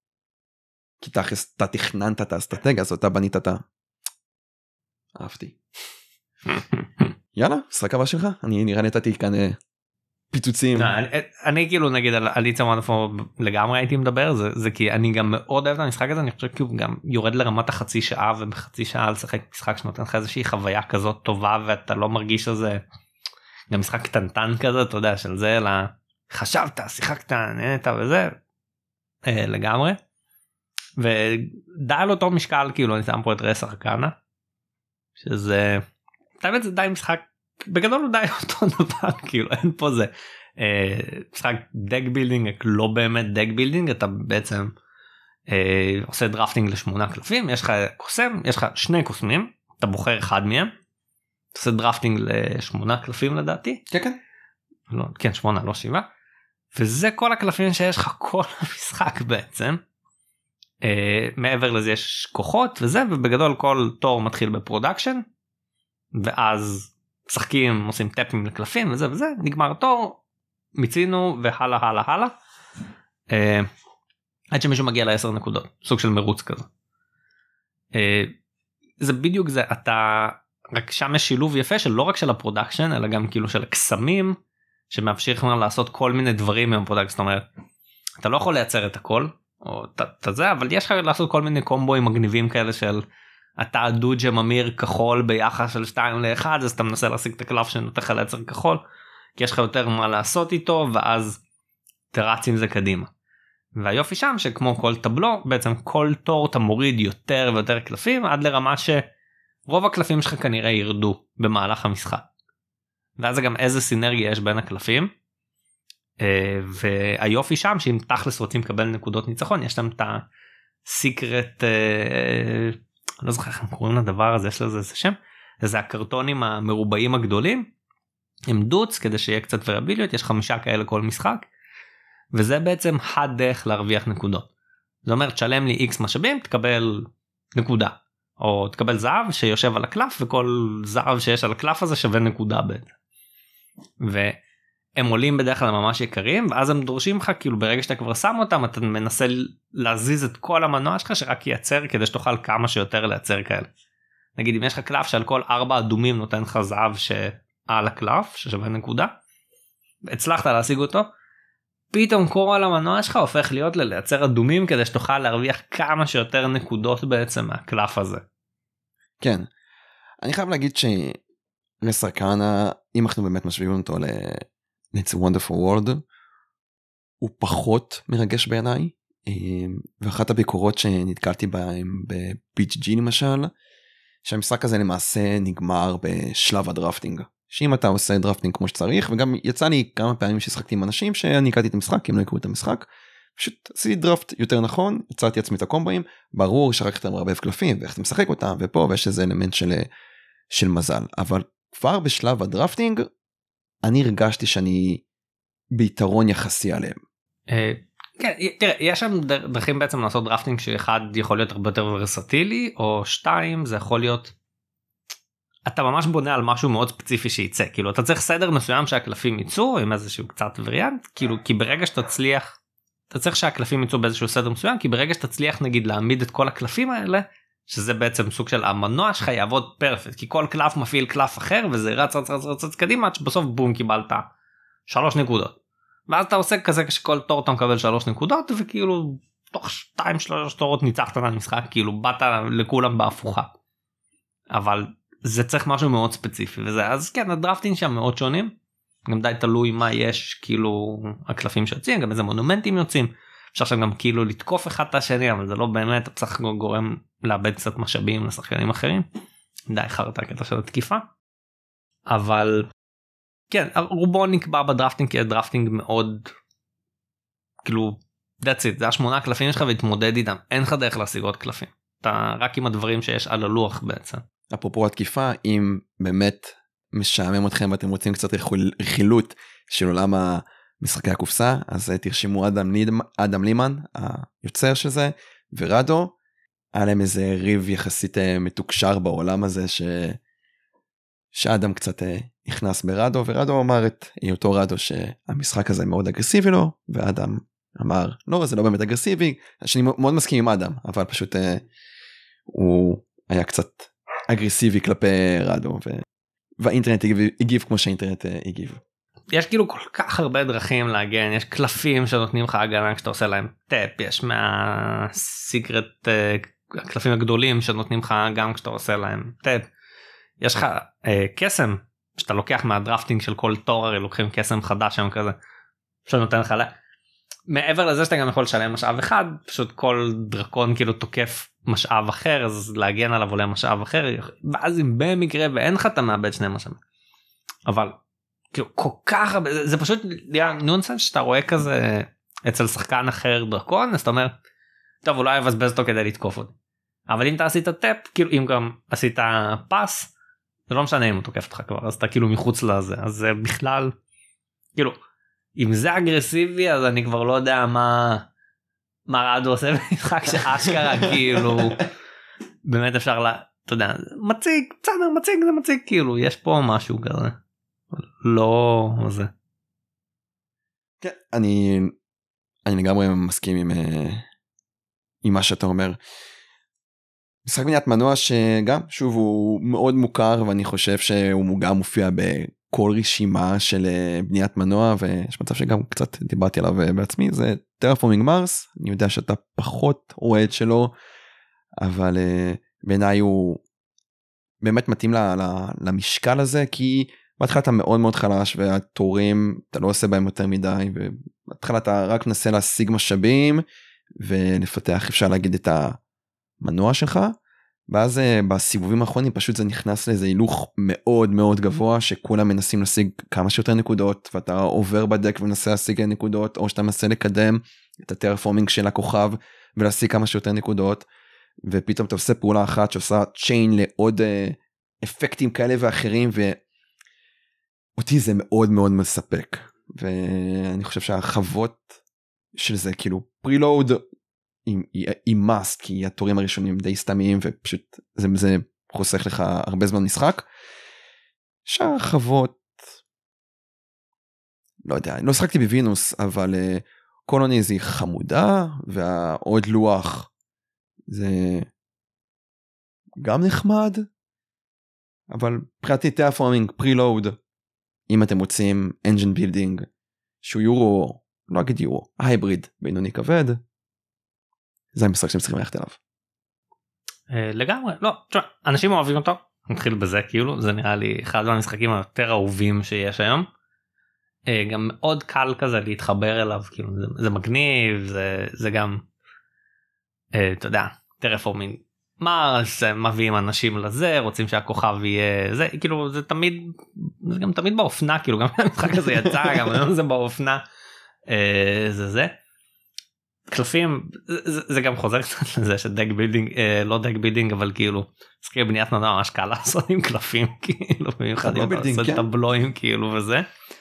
אתה תכננת את האסטרטגיה הזאת, אתה בנית את אהבתי. יאללה, משחק הבא שלך? אני נראה נתתי כאן פיצוצים. אני כאילו נגיד על It's a Wonderful לגמרי הייתי מדבר, זה כי אני גם מאוד אוהב את המשחק הזה, אני חושב כי הוא גם יורד לרמת החצי שעה, ובחצי שעה לשחק משחק שנותן לך איזושהי חוויה כזאת טובה, ואתה לא מרגיש שזה גם משחק קטנטן כזה, אתה יודע, של זה, אלא חשבת, שיחקת, נהנית וזה, לגמרי. ודי על אותו משקל, כאילו אני שם פה את רס ארקנה, שזה, באמת זה די משחק, בגדול הוא די אותו דבר, כאילו אין פה זה, משחק דק בילדינג, לא באמת דק בילדינג, אתה בעצם עושה דרפטינג ל8 קלפים, יש לך קוסם, יש לך 2 קוסמים, אתה בוחר אחד מהם, אתה עושה דרפטינג ל8 קלפים לדעתי, כן 8 לא 7, וזה כל הקלפים שיש לך כל המשחק בעצם, מעבר לזה יש כוחות וזה, ובגדול כל תור מתחיל בפרודקשן, ואז משחקים, עושים טאפים לקלפים וזה וזה, נגמר תור, מיצינו והלאה הלאה הלאה, עד שמישהו מגיע ל10 נקודות, סוג של מרוץ כזה. זה בדיוק זה, אתה, רק שם יש שילוב יפה של לא רק של הפרודקשן, אלא גם כאילו של הקסמים, שמאפשרים לעשות כל מיני דברים עם הפרודקשן, זאת אומרת, אתה לא יכול לייצר את הכל, או את זה, אבל יש לך לעשות כל מיני קומבואים מגניבים כאלה של, אתה דוג'ה ממיר כחול ביחס של 2-1, אז אתה מנסה להשיג את הקלף שנותן לך לייצר כחול, כי יש לך יותר מה לעשות איתו, ואז תרץ עם זה קדימה. והיופי שם שכמו כל טבלו, בעצם כל תור אתה מוריד יותר ויותר קלפים, עד לרמה שרוב הקלפים שלך כנראה ירדו במהלך המשחק. ואז גם איזה סינרגיה יש בין הקלפים, והיופי שם שאם תכלס רוצים לקבל נקודות ניצחון, יש להם את הסיקרט, לא זוכר איך הם קוראים לדבר הזה, יש לזה איזה שם, זה הקרטונים המרובעים הגדולים, עם דוץ כדי שיהיה קצת וריאביליות, יש 5 כאלה כל משחק, וזה בעצם הדרך להרוויח נקודות. זאת אומרת, תשלם לי X משאבים, תקבל נקודה, או תקבל זהב שיושב על הקלף, וכל זהב שיש על הקלף הזה שווה נקודה בעצם. והם עולים בדרך כלל ממש יקרים, ואז הם דורשים לך, כאילו ברגע שאתה כבר שם אותם, אתה מנסה להזיז את כל המנוע שלך, שרק ייצר כדי שתוכל כמה שיותר לייצר כאלה. נגיד, אם יש לך קלף שעל כל 4 אדומים נותן לך זהב שעל הקלף, ששווה נקודה, הצלחת להשיג אותו, פתאום כל המנוע שלך הופך להיות לייצר אדומים כדי שתוכל להרוויח כמה שיותר נקודות בעצם מהקלף הזה. כן, אני חייב להגיד שלסרקנה, אם אנחנו באמת משווים אותו ל-It's a Wonderful World, הוא פחות מרגש בעיניי, ואחת הביקורות שנתקלתי בהם ב-PGG למשל, שהמשחק הזה למעשה נגמר בשלב הדרפטינג. שאם אתה עושה דרפטינג כמו שצריך, וגם יצא לי כמה פעמים ששחקתי עם אנשים שאני הקלתי את המשחק, כי הם לא יקרו את המשחק, פשוט עשיתי דרפט יותר נכון, יצאתי עצמי את הקומבואים, ברור שרק אתה מרבב קלפים, ואיך אתה משחק אותם, ופה, ויש איזה אלמנט של מזל. אבל כבר בשלב הדרפטינג, אני הרגשתי שאני ביתרון יחסי עליהם. כן, תראה, יש שם דרכים בעצם לעשות דרפטינג, שאחד יכול להיות הרבה יותר ורסטילי, או 2, זה יכול להיות אתה ממש בונה על משהו מאוד ספציפי שייצא, כאילו אתה צריך סדר מסוים שהקלפים ייצאו עם איזשהו קצת וריאנט, כאילו כי ברגע שתצליח, אתה צריך שהקלפים ייצאו באיזשהו סדר מסוים, כי ברגע שתצליח נגיד להעמיד את כל הקלפים האלה, שזה בעצם סוג של המנוע שלך יעבוד פרפקט, כי כל קלף מפעיל קלף אחר וזה רץ קדימה, עד שבסוף בום קיבלת 3 נקודות, ואז אתה עושה כזה שכל תור אתה מקבל 3 נקודות, וכאילו תוך 2-3 תורות ניצחת על המשחק, כאילו באת לכולם בהפוכה, אבל זה צריך משהו מאוד ספציפי וזה, אז כן, הדרפטים שם מאוד שונים, גם די תלוי מה יש, כאילו הקלפים שיוצאים, גם איזה מונומנטים יוצאים, אפשר שם גם כאילו לתקוף אחד את השני, אבל זה לא באמת, צריך גורם לאבד קצת משאבים לשחקנים אחרים, די חרטה הקטע של התקיפה, אבל כן, רובו נקבע בדרפטינג, כי הדרפטינג מאוד, כאילו, that's it, זה 8 קלפים שלך והתמודד איתם, אין לך דרך להשיג עוד קלפים, אתה רק עם הדברים שיש על הלוח בעצם. אפרופו התקיפה, אם באמת משעמם אתכם ואתם רוצים קצת רכילות של עולם המשחקי הקופסה, אז תרשמו אדם לימן, היוצר של זה, ורדו, היה להם איזה ריב יחסית מתוקשר בעולם הזה, שאדם קצת נכנס ברדו, ורדו אמר את היותו רדו שהמשחק הזה מאוד אגרסיבי לו, ואדם אמר, לא, זה לא באמת אגרסיבי, שאני מאוד מסכים עם אדם, אבל פשוט הוא היה קצת אגרסיבי כלפי רדו, והאינטרנט הגיב כמו שהאינטרנט הגיב. יש כאילו כל כך הרבה דרכים להגן, יש קלפים שנותנים לך הגנה כשאתה עושה להם טאפ, יש מהסיקרט, הקלפים הגדולים שנותנים לך גם כשאתה עושה להם טאפ, יש לך קסם, שאתה לוקח מהדרפטינג של כל תור, הרי לוקחים קסם חדש שם כזה, שנותן לך מעבר לזה שאתה גם יכול לשלם משאב אחד, פשוט כל דרקון כאילו תוקף משאב אחר, אז להגן עליו עולה משאב אחר, ואז אם במקרה ואין לך אתה מאבד 2 משאבים. אבל כאילו כל כך הרבה, זה פשוט נונסנס שאתה רואה כזה אצל שחקן אחר דרקון, אז אתה אומר, טוב אולי יבזבז אותו כדי לתקוף אותי. אבל אם אתה עשית טאפ, כאילו אם גם עשית פס, זה לא משנה אם הוא תוקף אותך כבר, אז אתה כאילו מחוץ לזה, אז זה בכלל, כאילו, אם זה אגרסיבי אז אני כבר לא יודע מה רעדו עושה במשחק שאשכרה כאילו באמת אפשר אתה יודע, מציג, בסדר, מציג זה מציג, כאילו יש פה משהו כזה, לא זה. כן, אני לגמרי מסכים עם מה שאתה אומר. משחק בניית מנוע שגם, שוב, הוא מאוד מוכר, ואני חושב שהוא גם מופיע בכל רשימה של בניית מנוע, ויש מצב שגם קצת דיברתי עליו בעצמי, זה Terraforming Mars, אני יודע שאתה פחות אוהד שלו, אבל בעיניי הוא באמת מתאים למשקל הזה, כי בהתחלה אתה מאוד מאוד חלש, והתורים אתה לא עושה בהם יותר מדי, ובהתחלה אתה רק מנסה להשיג משאבים, ולפתח אפשר להגיד את המנוע שלך, ואז בסיבובים האחרונים פשוט זה נכנס לאיזה הילוך מאוד מאוד גבוה, שכולם מנסים להשיג כמה שיותר נקודות, ואתה עובר בדק ומנסה להשיג נקודות, או שאתה מנסה לקדם את הטרפורמינג של הכוכב, ולהשיג כמה שיותר נקודות, ופתאום אתה עושה פעולה אחת שעושה צ'יין לעוד אפקטים כאלה ואחרים, ואותי זה מאוד מאוד מספק, ואני חושב שהחוות של זה כאילו פרילוד עם מאסט, כי התורים הראשונים די סתמיים, ופשוט זה חוסך לך הרבה זמן משחק. שהחוות, לא יודע, לא שחקתי בווינוס, אבל קולוניז היא חמודה, והעוד לוח זה גם נחמד, אבל מבחינתי טרפורמינג, פרילוד, אם אתם רוצים אנג'ן בילדינג, שהוא יורו, לא אגיד יורו, הייבריד בינוני כבד, זה המשחק שהם צריכים ללכת אליו. לגמרי, לא, תשמע, אנשים אוהבים אותו, נתחיל בזה כאילו, זה נראה לי אחד מהמשחקים היותר אהובים שיש היום, גם מאוד קל כזה להתחבר אליו, כאילו זה מגניב, זה גם, אתה יודע, טרפורמינג, מה מביאים אנשים לזה, רוצים שהכוכב יהיה, זה כאילו זה תמיד, זה גם תמיד באופנה, כאילו גם המשחק הזה יצא, גם היום זה באופנה, זה. קלפים, זה גם חוזר קצת לזה שדק בילדינג, לא דק בילדינג, אבל כאילו, שחקי בניית מנוע ממש קל לעשות עם קלפים, כאילו, במיוחד אם אתה עושה טבלואים, כאילו, וזה.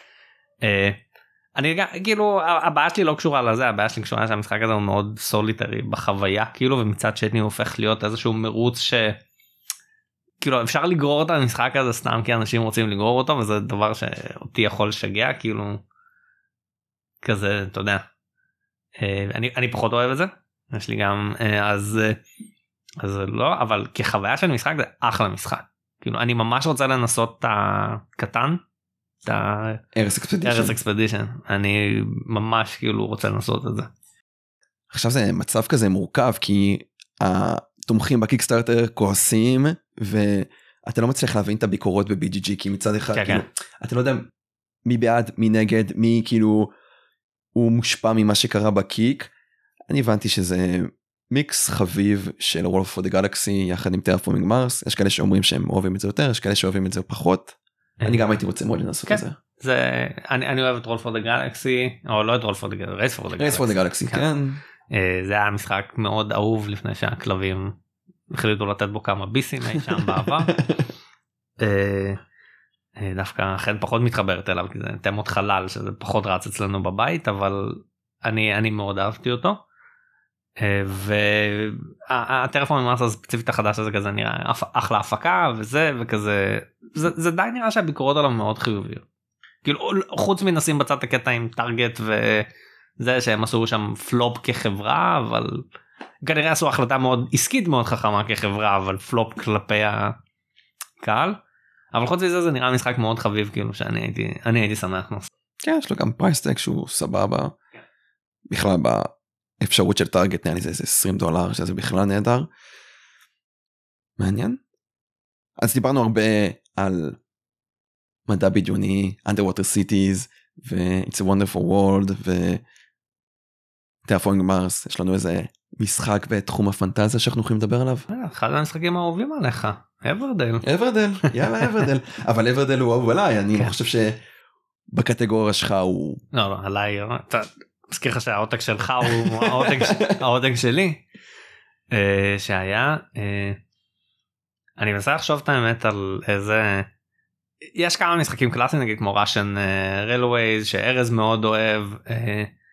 אני כאילו, הבעיה שלי לא קשורה לזה, הבעיה שלי קשורה שהמשחק הזה הוא מאוד סוליטרי בחוויה, כאילו, ומצד שני הוא הופך להיות איזשהו מרוץ ש... כאילו, אפשר לגרור את המשחק הזה סתם כי אנשים רוצים לגרור אותו, וזה דבר שאותי יכול לשגע, כאילו, כזה, אתה יודע. אני פחות אוהב את זה, יש לי גם, אז לא, אבל כחוויה של משחק זה אחלה משחק, כאילו אני ממש רוצה לנסות את הקטן, את ארס אקספדישן, אני ממש כאילו רוצה לנסות את זה. עכשיו זה מצב כזה מורכב, כי התומכים בקיקסטארטר כועסים, ואתה לא מצליח להבין את הביקורות ב-BGG, כי מצד אחד, כאילו, אתה לא יודע מי בעד, מי נגד, מי כאילו, הוא מושפע ממה שקרה בקיק. אני הבנתי שזה מיקס חביב של World of the Galaxy יחד עם Terraforming Mars, יש כאלה שאומרים שהם אוהבים את זה יותר, יש כאלה שאוהבים את זה פחות, אני גם הייתי רוצה מאוד לנסות את זה. אני אוהב את World of the Galaxy, או לא את World of the Galaxy, Race for the Galaxy, כן. זה היה משחק מאוד אהוב לפני שהכלבים החליטו לתת בו כמה ביסים אי שם בעבר. דווקא אכן פחות מתחברת אליו, כי זה תמות חלל שזה פחות רץ אצלנו בבית, אבל אני מאוד אהבתי אותו. והטרפורמינג מארס הספציפית החדש הזה כזה נראה אחלה הפקה וזה וכזה, זה די נראה שהביקורות עליו מאוד חיוביות. כאילו חוץ מנסים בצד הקטע עם טארגט וזה שהם עשו שם פלופ כחברה, אבל כנראה עשו החלטה מאוד עסקית מאוד חכמה כחברה, אבל פלופ כלפי הקהל. אבל חוץ מזה זה נראה משחק מאוד חביב, כאילו שאני הייתי שמח. כן, יש לו גם פרייסטק שהוא סבבה. בכלל באפשרות של טארגט נראה לי זה $20, שזה בכלל נהדר. מעניין. אז דיברנו הרבה על מדע בדיוני, Underwater Cities, ו-It's a Wonderful World, ו-Terraforming Mars. יש לנו איזה משחק בתחום הפנטזיה שאנחנו יכולים לדבר עליו. אחד המשחקים האהובים עליך. אברדל, יאללה אברדל, אבל אברדל הוא אהוב עליי, אני חושב שבקטגוריה שלך הוא... לא, עליי, אתה מזכיר לך שהעותק שלך הוא העותק שלי, שהיה, אני מנסה לחשוב את האמת על איזה, יש כמה משחקים קלאסיים, נגיד כמו Russian Railways, שארז מאוד אוהב,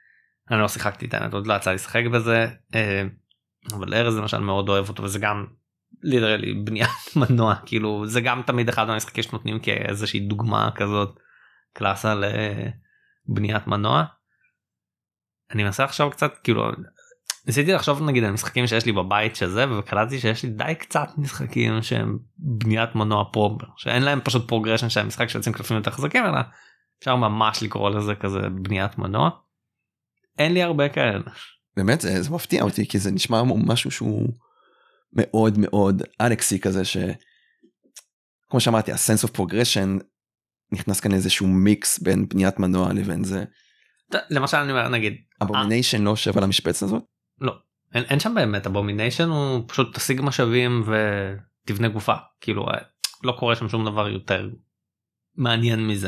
אני לא שיחקתי את האמת, עוד לא יצא לשחק בזה, אבל ארז למשל מאוד אוהב אותו, וזה גם ליטרלי בניית מנוע, כאילו זה גם תמיד אחד מהמשחקים שנותנים כאיזושהי דוגמה כזאת קלאסה לבניית מנוע. אני מנסה לחשוב קצת, כאילו ניסיתי לחשוב נגיד על משחקים שיש לי בבית שזה, וקלטתי שיש לי די קצת משחקים שהם בניית מנוע פרופר, שאין להם פשוט פרוגרשן של המשחק שיוצאים קלפים יותר חזקים, אלא אפשר ממש לקרוא לזה כזה בניית מנוע. אין לי הרבה כאלה. באמת זה מפתיע אותי, כי זה נשמע משהו שהוא מאוד מאוד אלכסי כזה, כמו שאמרתי, ה-sense of progression נכנס כאן איזשהו מיקס בין בניית מנוע לבין זה. למשל אני אומר נגיד אבומיניישן לא יושב על המשבצת הזאת? לא, אין שם באמת, אבומיניישן הוא פשוט תשיג משאבים ותבנה גופה, כאילו לא קורה שם שום דבר יותר מעניין מזה.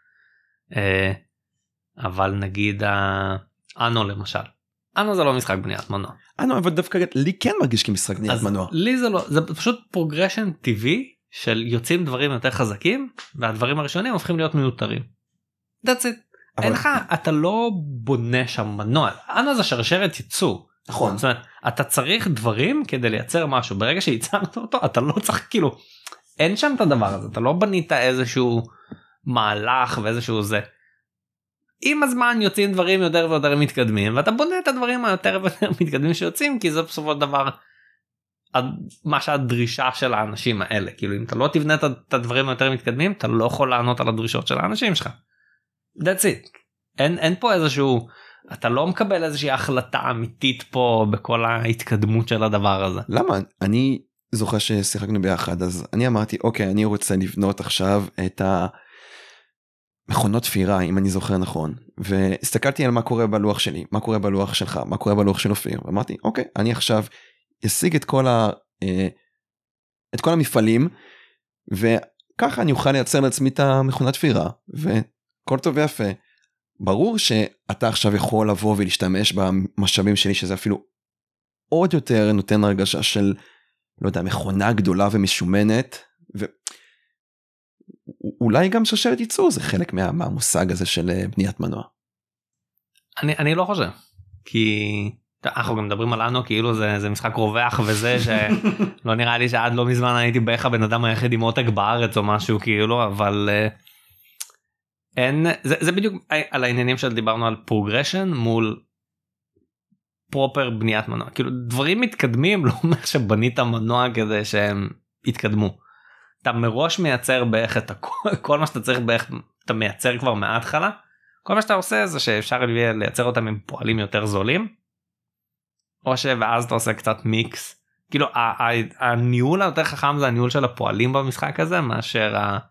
אבל נגיד אנו למשל, אנו זה לא משחק בניית מנוע. אנו אבל דווקא לי כן מרגיש כמשחק בניית מנוע. לי זה לא, זה פשוט פרוגרשן טבעי של יוצאים דברים יותר חזקים והדברים הראשונים הופכים להיות מיותרים. That's it. אין לך, אתה לא בונה שם מנוע, אנו זה שרשרת ייצור. נכון. זאת אומרת, אתה צריך דברים כדי לייצר משהו, ברגע שייצרת אותו אתה לא צריך, כאילו אין שם את הדבר הזה, אתה לא בנית איזשהו מהלך ואיזשהו זה. עם הזמן יוצאים דברים יותר ויותר מתקדמים, ואתה בונה את הדברים היותר ויותר מתקדמים שיוצאים, כי זה בסופו של דבר מה שהדרישה של האנשים האלה, כאילו אם אתה לא תבנה את הדברים היותר מתקדמים, אתה לא יכול לענות על הדרישות של האנשים שלך. That's it. אין פה איזשהו, אתה לא מקבל איזושהי החלטה אמיתית פה בכל ההתקדמות של הדבר הזה. למה? אני זוכר ששיחקנו ביחד, אז אני אמרתי, אוקיי, אני רוצה לבנות עכשיו את מכונות תפירה, אם אני זוכר נכון, והסתכלתי על מה קורה בלוח שלי, מה קורה בלוח שלך, מה קורה בלוח של אופיר, ואמרתי, אוקיי, אני עכשיו אשיג את כל המפעלים, וככה אני אוכל לייצר לעצמי את המכונת תפירה, וכל טוב ויפה. ברור שאתה עכשיו יכול לבוא ולהשתמש במשאבים שלי, שזה אפילו עוד יותר נותן הרגשה של, לא יודע, מכונה גדולה ומשומנת, אולי גם שרשרת ייצור זה חלק מהמושג הזה של בניית מנוע. אני לא חושב, כי אנחנו גם מדברים על אנו כאילו זה משחק רווח וזה שלא נראה לי שעד לא מזמן הייתי בערך הבן אדם היחיד עם עותק בארץ או משהו כאילו, אבל אין, זה בדיוק על העניינים שדיברנו על פרוגרשן מול פרופר בניית מנוע, כאילו דברים מתקדמים לא אומר שבנית מנוע כדי שהם יתקדמו. אתה מראש מייצר בערך את כל מה שאתה צריך, בערך אתה מייצר כבר מההתחלה, כל מה שאתה עושה זה שאפשר לייצר אותם עם פועלים יותר זולים, או ואז אתה עושה קצת מיקס, כאילו הניהול היותר חכם זה הניהול של הפועלים במשחק הזה, מאשר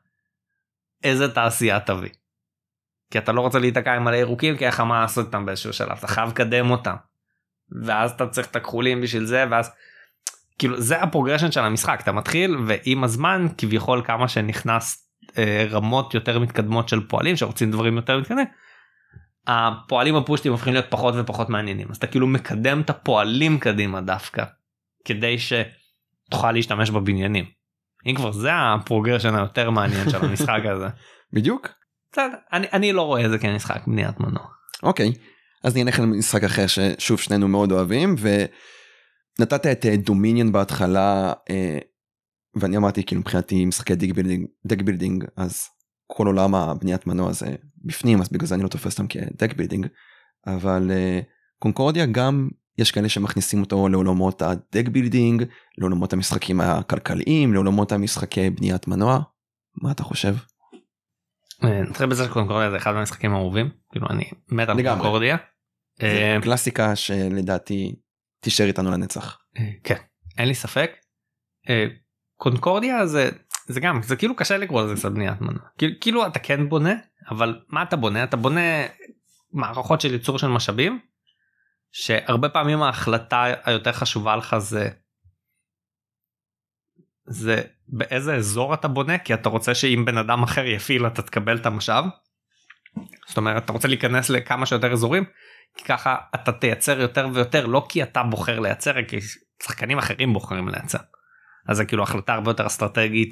איזה תעשייה תביא, כי אתה לא רוצה להתעקע עם מלא ירוקים, כי איך מה לעשות איתם באיזשהו שלב, אתה חייב לקדם אותם, ואז אתה צריך את הכחולים בשביל זה, ואז כאילו זה הפרוגרשן של המשחק, אתה מתחיל ועם הזמן כביכול כמה שנכנס רמות יותר מתקדמות של פועלים שרוצים דברים יותר מתקדמים, הפועלים הפושטים הופכים להיות פחות ופחות מעניינים, אז אתה כאילו מקדם את הפועלים קדימה דווקא, כדי שתוכל להשתמש בבניינים. אם כבר זה הפרוגרשן היותר מעניין של המשחק הזה. בדיוק. אני לא רואה את זה כמשחק בניית מנוע. אוקיי, אז נלך למשחק אחר ששוב שנינו מאוד אוהבים, ונתת את דומיניון בהתחלה, ואני אמרתי כאילו מבחינתי משחקי דק בילדינג, אז כל עולם הבניית מנוע הזה בפנים, אז בגלל זה אני לא תופס אותם כדק בילדינג, אבל קונקורדיה גם יש כאלה שמכניסים אותו לעולמות הדק בילדינג, לעולמות המשחקים הכלכליים, לעולמות המשחקי בניית מנוע. מה אתה חושב? נתחיל בזה שקונקורדיה זה אחד מהמשחקים האהובים, כאילו אני מת על קונקורדיה. זה קלאסיקה שלדעתי תישאר איתנו לנצח. כן, אין לי ספק. קונקורדיה זה גם, זה כאילו קשה לקרוא לזה קצת בניית מנוע. כאילו אתה כן בונה, אבל מה אתה בונה? אתה בונה מערכות של ייצור של משאבים, שהרבה פעמים ההחלטה היותר חשובה לך זה באיזה אזור אתה בונה, כי אתה רוצה שאם בן אדם אחר יפעיל אתה תקבל את המשאב. זאת אומרת, אתה רוצה להיכנס לכמה שיותר אזורים, כי ככה אתה תייצר יותר ויותר, לא כי אתה בוחר לייצר, כי שחקנים אחרים בוחרים לייצר. אז זה כאילו החלטה הרבה יותר אסטרטגית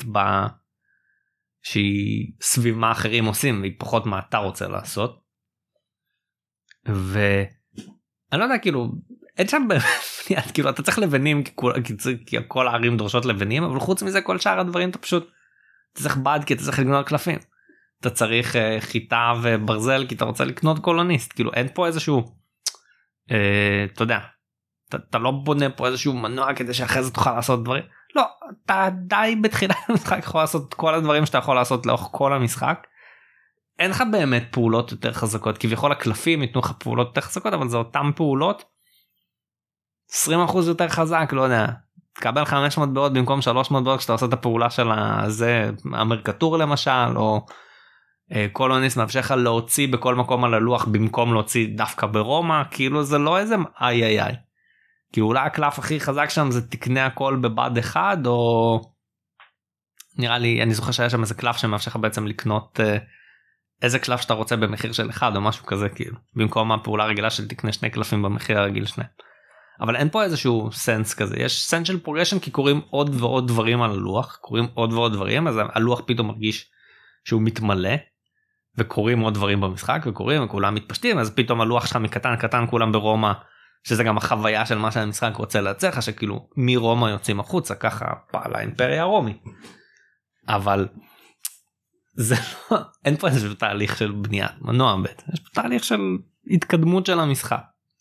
שהיא סביב מה אחרים עושים, והיא פחות מה אתה רוצה לעשות. אני לא יודע, כאילו, אין שם בניית, כאילו, אתה צריך לבנים, כי כל הערים דורשות לבנים, אבל חוץ מזה, כל שאר הדברים, אתה פשוט, אתה צריך בד, כי אתה צריך לקנות קלפים. אתה צריך חיטה וברזל, כי אתה רוצה לקנות קולוניסט. כאילו, אין פה איזשהו, אתה יודע, אתה לא בונה פה איזשהו מנוע, כדי שאחרי זה תוכל לעשות דברים. לא, אתה די בתחילת המשחק יכול לעשות כל הדברים שאתה יכול לעשות לאורך כל המשחק. אין לך באמת פעולות יותר חזקות, כביכול הקלפים ייתנו לך פעולות יותר חזקות, אבל זה אותם פעולות 20% יותר חזק, לא יודע, תקבל 500 בעוד במקום 300 בעוד כשאתה עושה את הפעולה של זה, המרקטור למשל, או קולוניסט מאפשר לך להוציא בכל מקום על הלוח במקום להוציא דווקא ברומא, כאילו זה לא איזה איי, כי אולי הקלף הכי חזק שם זה תקנה הכל בבד אחד, או נראה לי, אני זוכר שהיה שם איזה קלף שמאפשר לך בעצם לקנות איזה קלף שאתה רוצה במחיר של אחד או משהו כזה, כאילו, במקום הפעולה הרגילה של תקנה 2 קלפים במחיר הרגיל שלהם. אבל אין פה איזשהו סנס כזה, יש סנס של פרוגרשן כי קוראים עוד ועוד דברים על הלוח, קוראים עוד ועוד דברים, אז הלוח פתאום מרגיש שהוא מתמלא, וקוראים עוד דברים במשחק, וקוראים וכולם מתפשטים, אז פתאום הלוח שלך מקטן קטן כולם ברומא, שזה גם החוויה של מה שהמשחק רוצה להציע לך, שכאילו מרומא יוצאים החוצה, ככה פעלה האימפריה הרומית. אבל זה לא, אין פה איזשהו תהליך של בניית מנוע בעצם, יש פה תהליך של התקדמות של המשחק.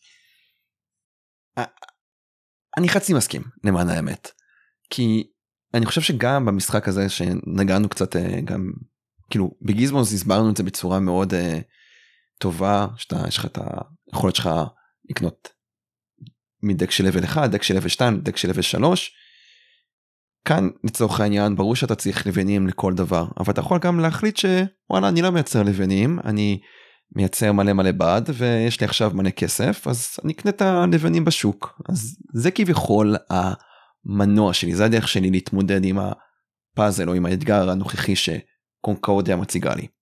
אני חצי מסכים למען האמת, כי אני חושב שגם במשחק הזה שנגענו קצת גם, כאילו בגיזמוס הסברנו את זה בצורה מאוד טובה, יש לך את היכולת שלך לקנות מדק של לבל 1, דק של לבל 2, דק של לבל 3, כאן לצורך העניין ברור שאתה צריך לבנים לכל דבר, אבל אתה יכול גם להחליט שוואלה אני לא מייצר לבנים, אני מייצר מלא בד ויש לי עכשיו מלא כסף, אז אני אקנה את הלבנים בשוק. אז זה כביכול המנוע שלי, זה הדרך שלי להתמודד עם הפאזל או עם האתגר הנוכחי שקונקורדיה מציגה לי.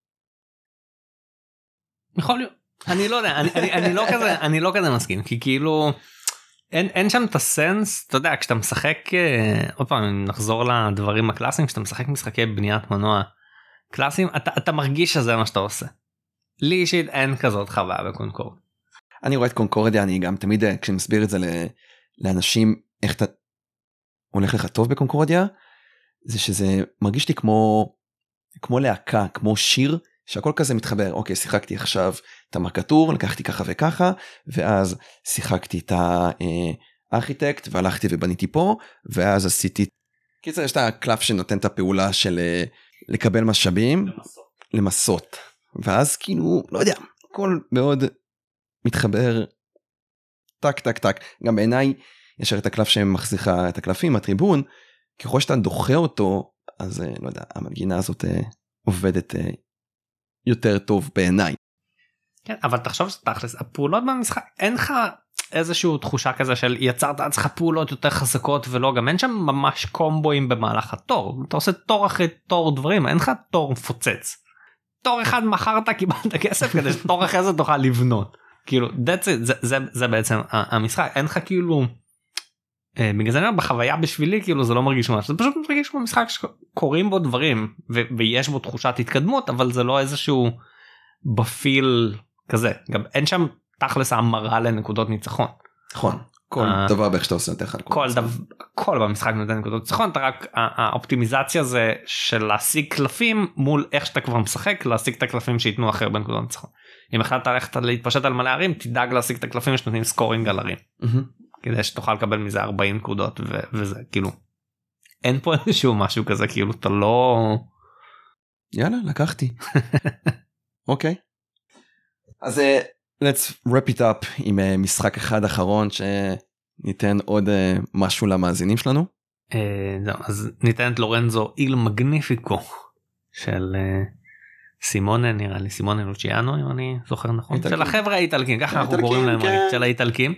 יכול להיות, אני לא יודע, אני לא כזה מסכים, כי כאילו אין שם את הסנס, אתה יודע, כשאתה משחק, עוד פעם נחזור לדברים הקלאסיים, כשאתה משחק משחקי בניית מנוע קלאסיים, אתה מרגיש שזה מה שאתה עושה. לי אישית אין כזאת חוויה בקונקורד. אני רואה את קונקורדיה, אני גם תמיד כשאני מסביר את זה לאנשים, איך אתה הולך לך טוב בקונקורדיה, זה שזה מרגיש לי כמו להקה, כמו שיר, שהכל כזה מתחבר. אוקיי, שיחקתי עכשיו את המרקטור, לקחתי ככה וככה, ואז שיחקתי את הארכיטקט, והלכתי ובניתי פה, ואז עשיתי, קיצר יש את הקלף שנותן את הפעולה של לקבל משאבים, למסות. ואז כאילו, לא יודע, הכל מאוד מתחבר, טק טק טק. גם בעיניי יש את הקלף שמחזיך את הקלפים, הטריבון, ככל שאתה דוחה אותו, אז לא יודע, המנגינה הזאת עובדת יותר טוב בעיניי. כן, אבל תחשוב שתכלס, הפעולות במשחק, אין לך איזושהי תחושה כזה של יצרת עצמך פעולות יותר חזקות ולא, גם אין שם ממש קומבואים במהלך התור, אתה עושה תור אחרי תור דברים, אין לך תור מפוצץ. תור אחד מכרת קיבלת כסף כדי שתור אחרי זה תוכל לבנות. כאילו, זה בעצם המשחק, אין לך כאילו, בגלל זה בחוויה בשבילי כאילו זה לא מרגיש ממש, זה פשוט מרגיש כמו משחק שקוראים בו דברים ויש בו תחושת התקדמות, אבל זה לא איזשהו בפיל כזה, גם אין שם תכלס המרה לנקודות ניצחון. נכון, כל דבר באיך שאתה עושה נותן לך. כל במשחק נותן נקודות ניצחון, אתה רק האופטימיזציה זה של להשיג קלפים מול איך שאתה כבר משחק, להשיג את הקלפים שיתנו אחר בנקודות ניצחון. אם החלטת ללכת להתפשט על מלא ערים, תדאג להשיג את הקלפים שנותנים סקורינג על ערים. כדי שתוכל לקבל מזה 40 נקודות וזה כאילו אין פה איזשהו משהו כזה, כאילו אתה לא, יאללה לקחתי. אוקיי, אז let's wrap it up עם משחק אחד אחרון שניתן עוד משהו למאזינים שלנו. אז ניתן את לורנזו איל מגניפיקו של סימונה, נראה לי סימונה לוציאנו אם אני זוכר נכון, של החבר'ה האיטלקים, ככה אנחנו קוראים להם, של האיטלקים.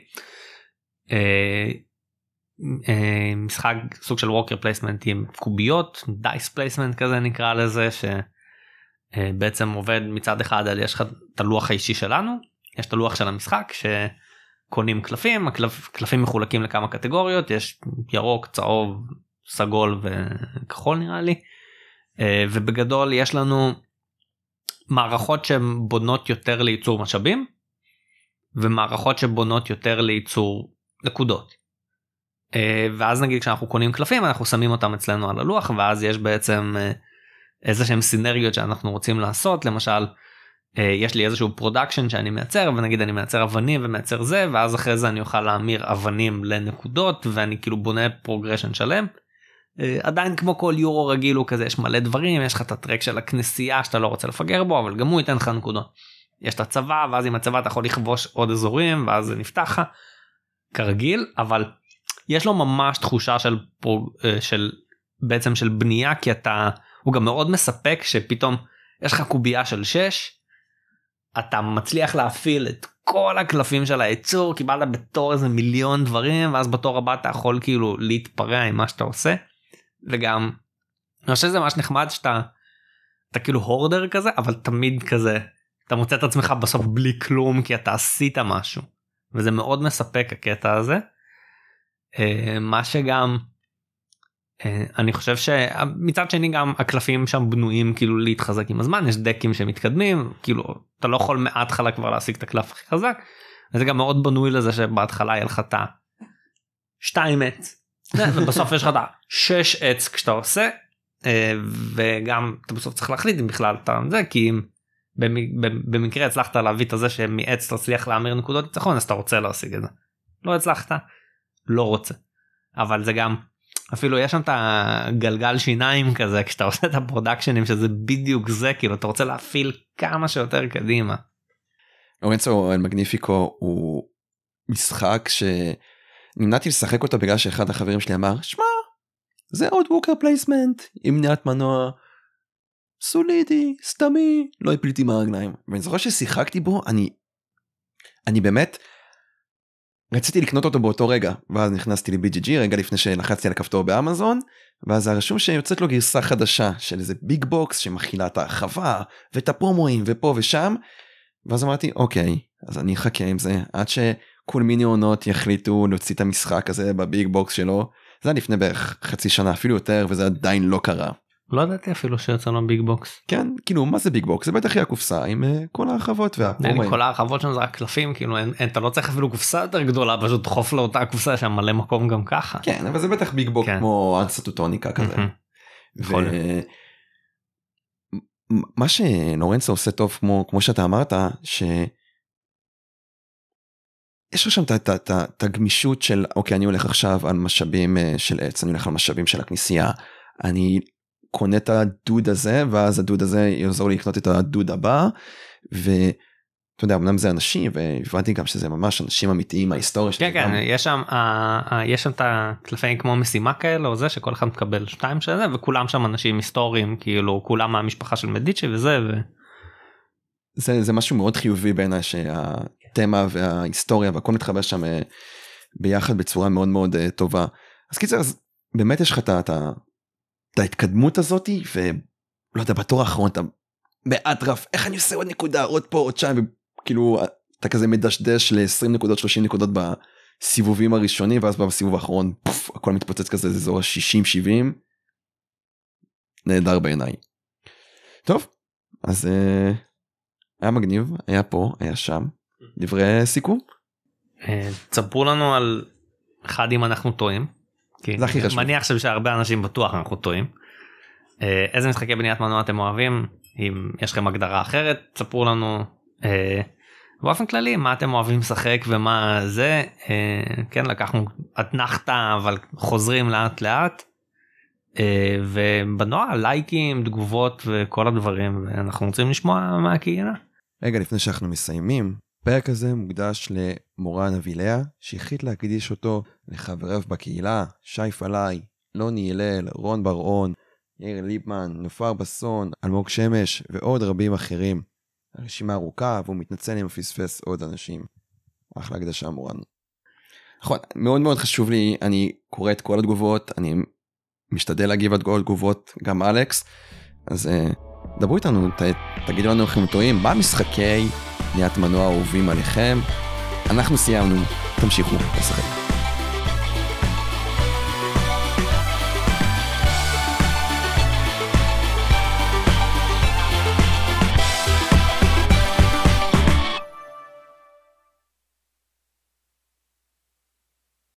משחק סוג של ווקר פלייסמנט עם קוביות, דייס פלייסמנט כזה נקרא לזה, שבעצם עובד מצד אחד על יש לך את הלוח האישי שלנו, יש את הלוח של המשחק שקונים קלפים, הקלפים מחולקים לכמה קטגוריות, יש ירוק, צהוב, סגול וכחול נראה לי, ובגדול יש לנו מערכות שהן בונות יותר לייצור משאבים, ומערכות שבונות יותר לייצור נקודות. ואז נגיד כשאנחנו קונים קלפים אנחנו שמים אותם אצלנו על הלוח, ואז יש בעצם איזה שהם סינרגיות שאנחנו רוצים לעשות. למשל יש לי איזשהו פרודקשן שאני מייצר, ונגיד אני מייצר אבנים ומייצר זה, ואז אחרי זה אני אוכל להמיר אבנים לנקודות, ואני כאילו בונה פרוגרשן שלם. עדיין כמו כל יורו רגיל הוא כזה, יש מלא דברים, יש לך את הטרק של הכנסייה שאתה לא רוצה לפגר בו, אבל גם הוא ייתן לך נקודות. יש את הצבא, ואז עם הצבא אתה יכול לכבוש עוד אזורים, ואז זה נפתח לך כרגיל, אבל יש לו ממש תחושה של בעצם של בנייה, כי הוא גם מאוד מספק שפתאום יש לך קובייה של 6, אתה מצליח להפעיל את כל הקלפים של הייצור, קיבלת בתור איזה מיליון דברים, ואז בתור הבא אתה יכול כאילו להתפרע עם מה שאתה עושה. וגם אני חושב שזה ממש נחמד שאתה כאילו הורדר כזה, אבל תמיד כזה אתה מוצא את עצמך בסוף בלי כלום, כי אתה עשית משהו, וזה מאוד מספק הקטע הזה. מה שגם אני חושב שמצד שני גם הקלפים שם בנויים כאילו להתחזק עם הזמן, יש דקים שמתקדמים, כאילו אתה לא יכול מההתחלה כבר להשיג את הקלף הכי חזק, וזה גם מאוד בנוי לזה שבהתחלה יהיה לך את 2 עץ, ובסוף יש לך את 6 עץ כשאתה עושה, וגם אתה בסוף צריך להחליט אם בכלל אתה זה, כי אם במקרה הצלחת להביא את זה שמעץ תצליח להמיר נקודות ניצחון, אז אתה רוצה להשיג את זה. לא הצלחת, לא רוצה. אבל זה גם אפילו יש שם את הגלגל שיניים כזה כשאתה עושה את הפרודקשנים, שזה בדיוק זה, כאילו אתה רוצה להפעיל כמה שיותר קדימה. לורנצו אל מגניפיקו הוא משחק שנמנעתי לשחק אותו בגלל שאחד החברים שלי אמר, שמע, זה עוד ווקר פלייסמנט עם מניעת מנוע סולידי, סתמי, לא הפליתי מהרגליים. ואני זוכר ששיחקתי בו, אני באמת רציתי לקנות אותו באותו רגע, ואז נכנסתי ל-BGG רגע לפני שלחצתי על הכפתור באמזון, ואז הרשום שיוצאת לו גרסה חדשה של איזה ביג בוקס שמכילה את הרחבה ואת הפרומואים ופה ושם, ואז אמרתי אוקיי, אז אני אחכה עם זה עד שכל מיני עונות יחליטו להוציא את המשחק הזה בביג בוקס שלו. זה היה לפני בערך חצי שנה אפילו יותר, וזה עדיין לא קרה. לא ידעתי אפילו שיוצא לו ביג בוקס. כן, כאילו מה זה ביג בוקס? זה בטח היא הקופסה עם כל הרחבות והפרומואים. כל הרחבות שם זה רק קלפים, כאילו אתה לא צריך אפילו קופסה יותר גדולה, פשוט דחוף לאותה קופסה שם מלא מקום גם ככה. כן, אבל זה בטח ביג בוקס כמו אנסטוטוניקה כזה. מה שלורנצו עושה טוב כמו שאתה אמרת, יש לו שם את הגמישות של אוקיי, אני הולך עכשיו על משאבים של עץ, אני הולך על משאבים של הכנסייה, אני קונה את הדוד הזה, ואז הדוד הזה יעזור לי לקנות את הדוד הבא, ואתה יודע, אמנם זה אנשים, והבנתי גם שזה ממש אנשים אמיתיים מההיסטוריה. כן, כן, יש שם את הקלפים כמו משימה כאלה, או זה שכל אחד מקבל 2 של זה, וכולם שם אנשים היסטוריים, כאילו כולם מהמשפחה של מדיצ'י וזה, זה משהו מאוד חיובי בעיניי, שהתמה וההיסטוריה והכל מתחבר שם ביחד בצורה מאוד מאוד טובה. אז קיצר, אז באמת יש לך את ההתקדמות הזאת, ולא יודע, בתור האחרון אתה באטרף, איך אני עושה עוד נקודה, עוד פה, עוד שם, וכאילו אתה כזה מדשדש ל-20 נקודות, 30 נקודות בסיבובים הראשונים, ואז בסיבוב האחרון, פוף, הכל מתפוצץ כזה, זה אזור ה-60-70, נהדר בעיניי. טוב, אז היה מגניב, היה פה, היה שם, דברי סיכום? תספרו לנו על אחד אם אנחנו טועים, זה הכי חשוב. מניח שהרבה אנשים בטוח אנחנו טועים. איזה משחקי בניית מנוע אתם אוהבים? אם יש לכם הגדרה אחרת, תספרו לנו באופן כללי מה אתם אוהבים לשחק ומה זה. כן, לקחנו אתנחתה אבל חוזרים לאט לאט, ובנוע לייקים, תגובות וכל הדברים, ואנחנו רוצים לשמוע מהקהילה. רגע לפני שאנחנו מסיימים, הפרק הזה מוקדש למורן אביליה, שהחליט להקדיש אותו לחבריו בקהילה, שי פלאי, לוני הלל, רון בר-און, יאיר ליבמן, נופר בסון, אלמוג שמש ועוד רבים אחרים. הרשימה ארוכה, והוא מתנצל אם פספס עוד אנשים. אחלה הקדשה מורן. נכון, מאוד מאוד חשוב לי, אני קורא את כל התגובות, אני משתדל להגיב את כל התגובות, גם אלכס, אז דברו איתנו, תגידו לנו איך אתם טועים, מה משחקי בניית מנוע אהובים עליכם. אנחנו סיימנו, תמשיכו לשחק.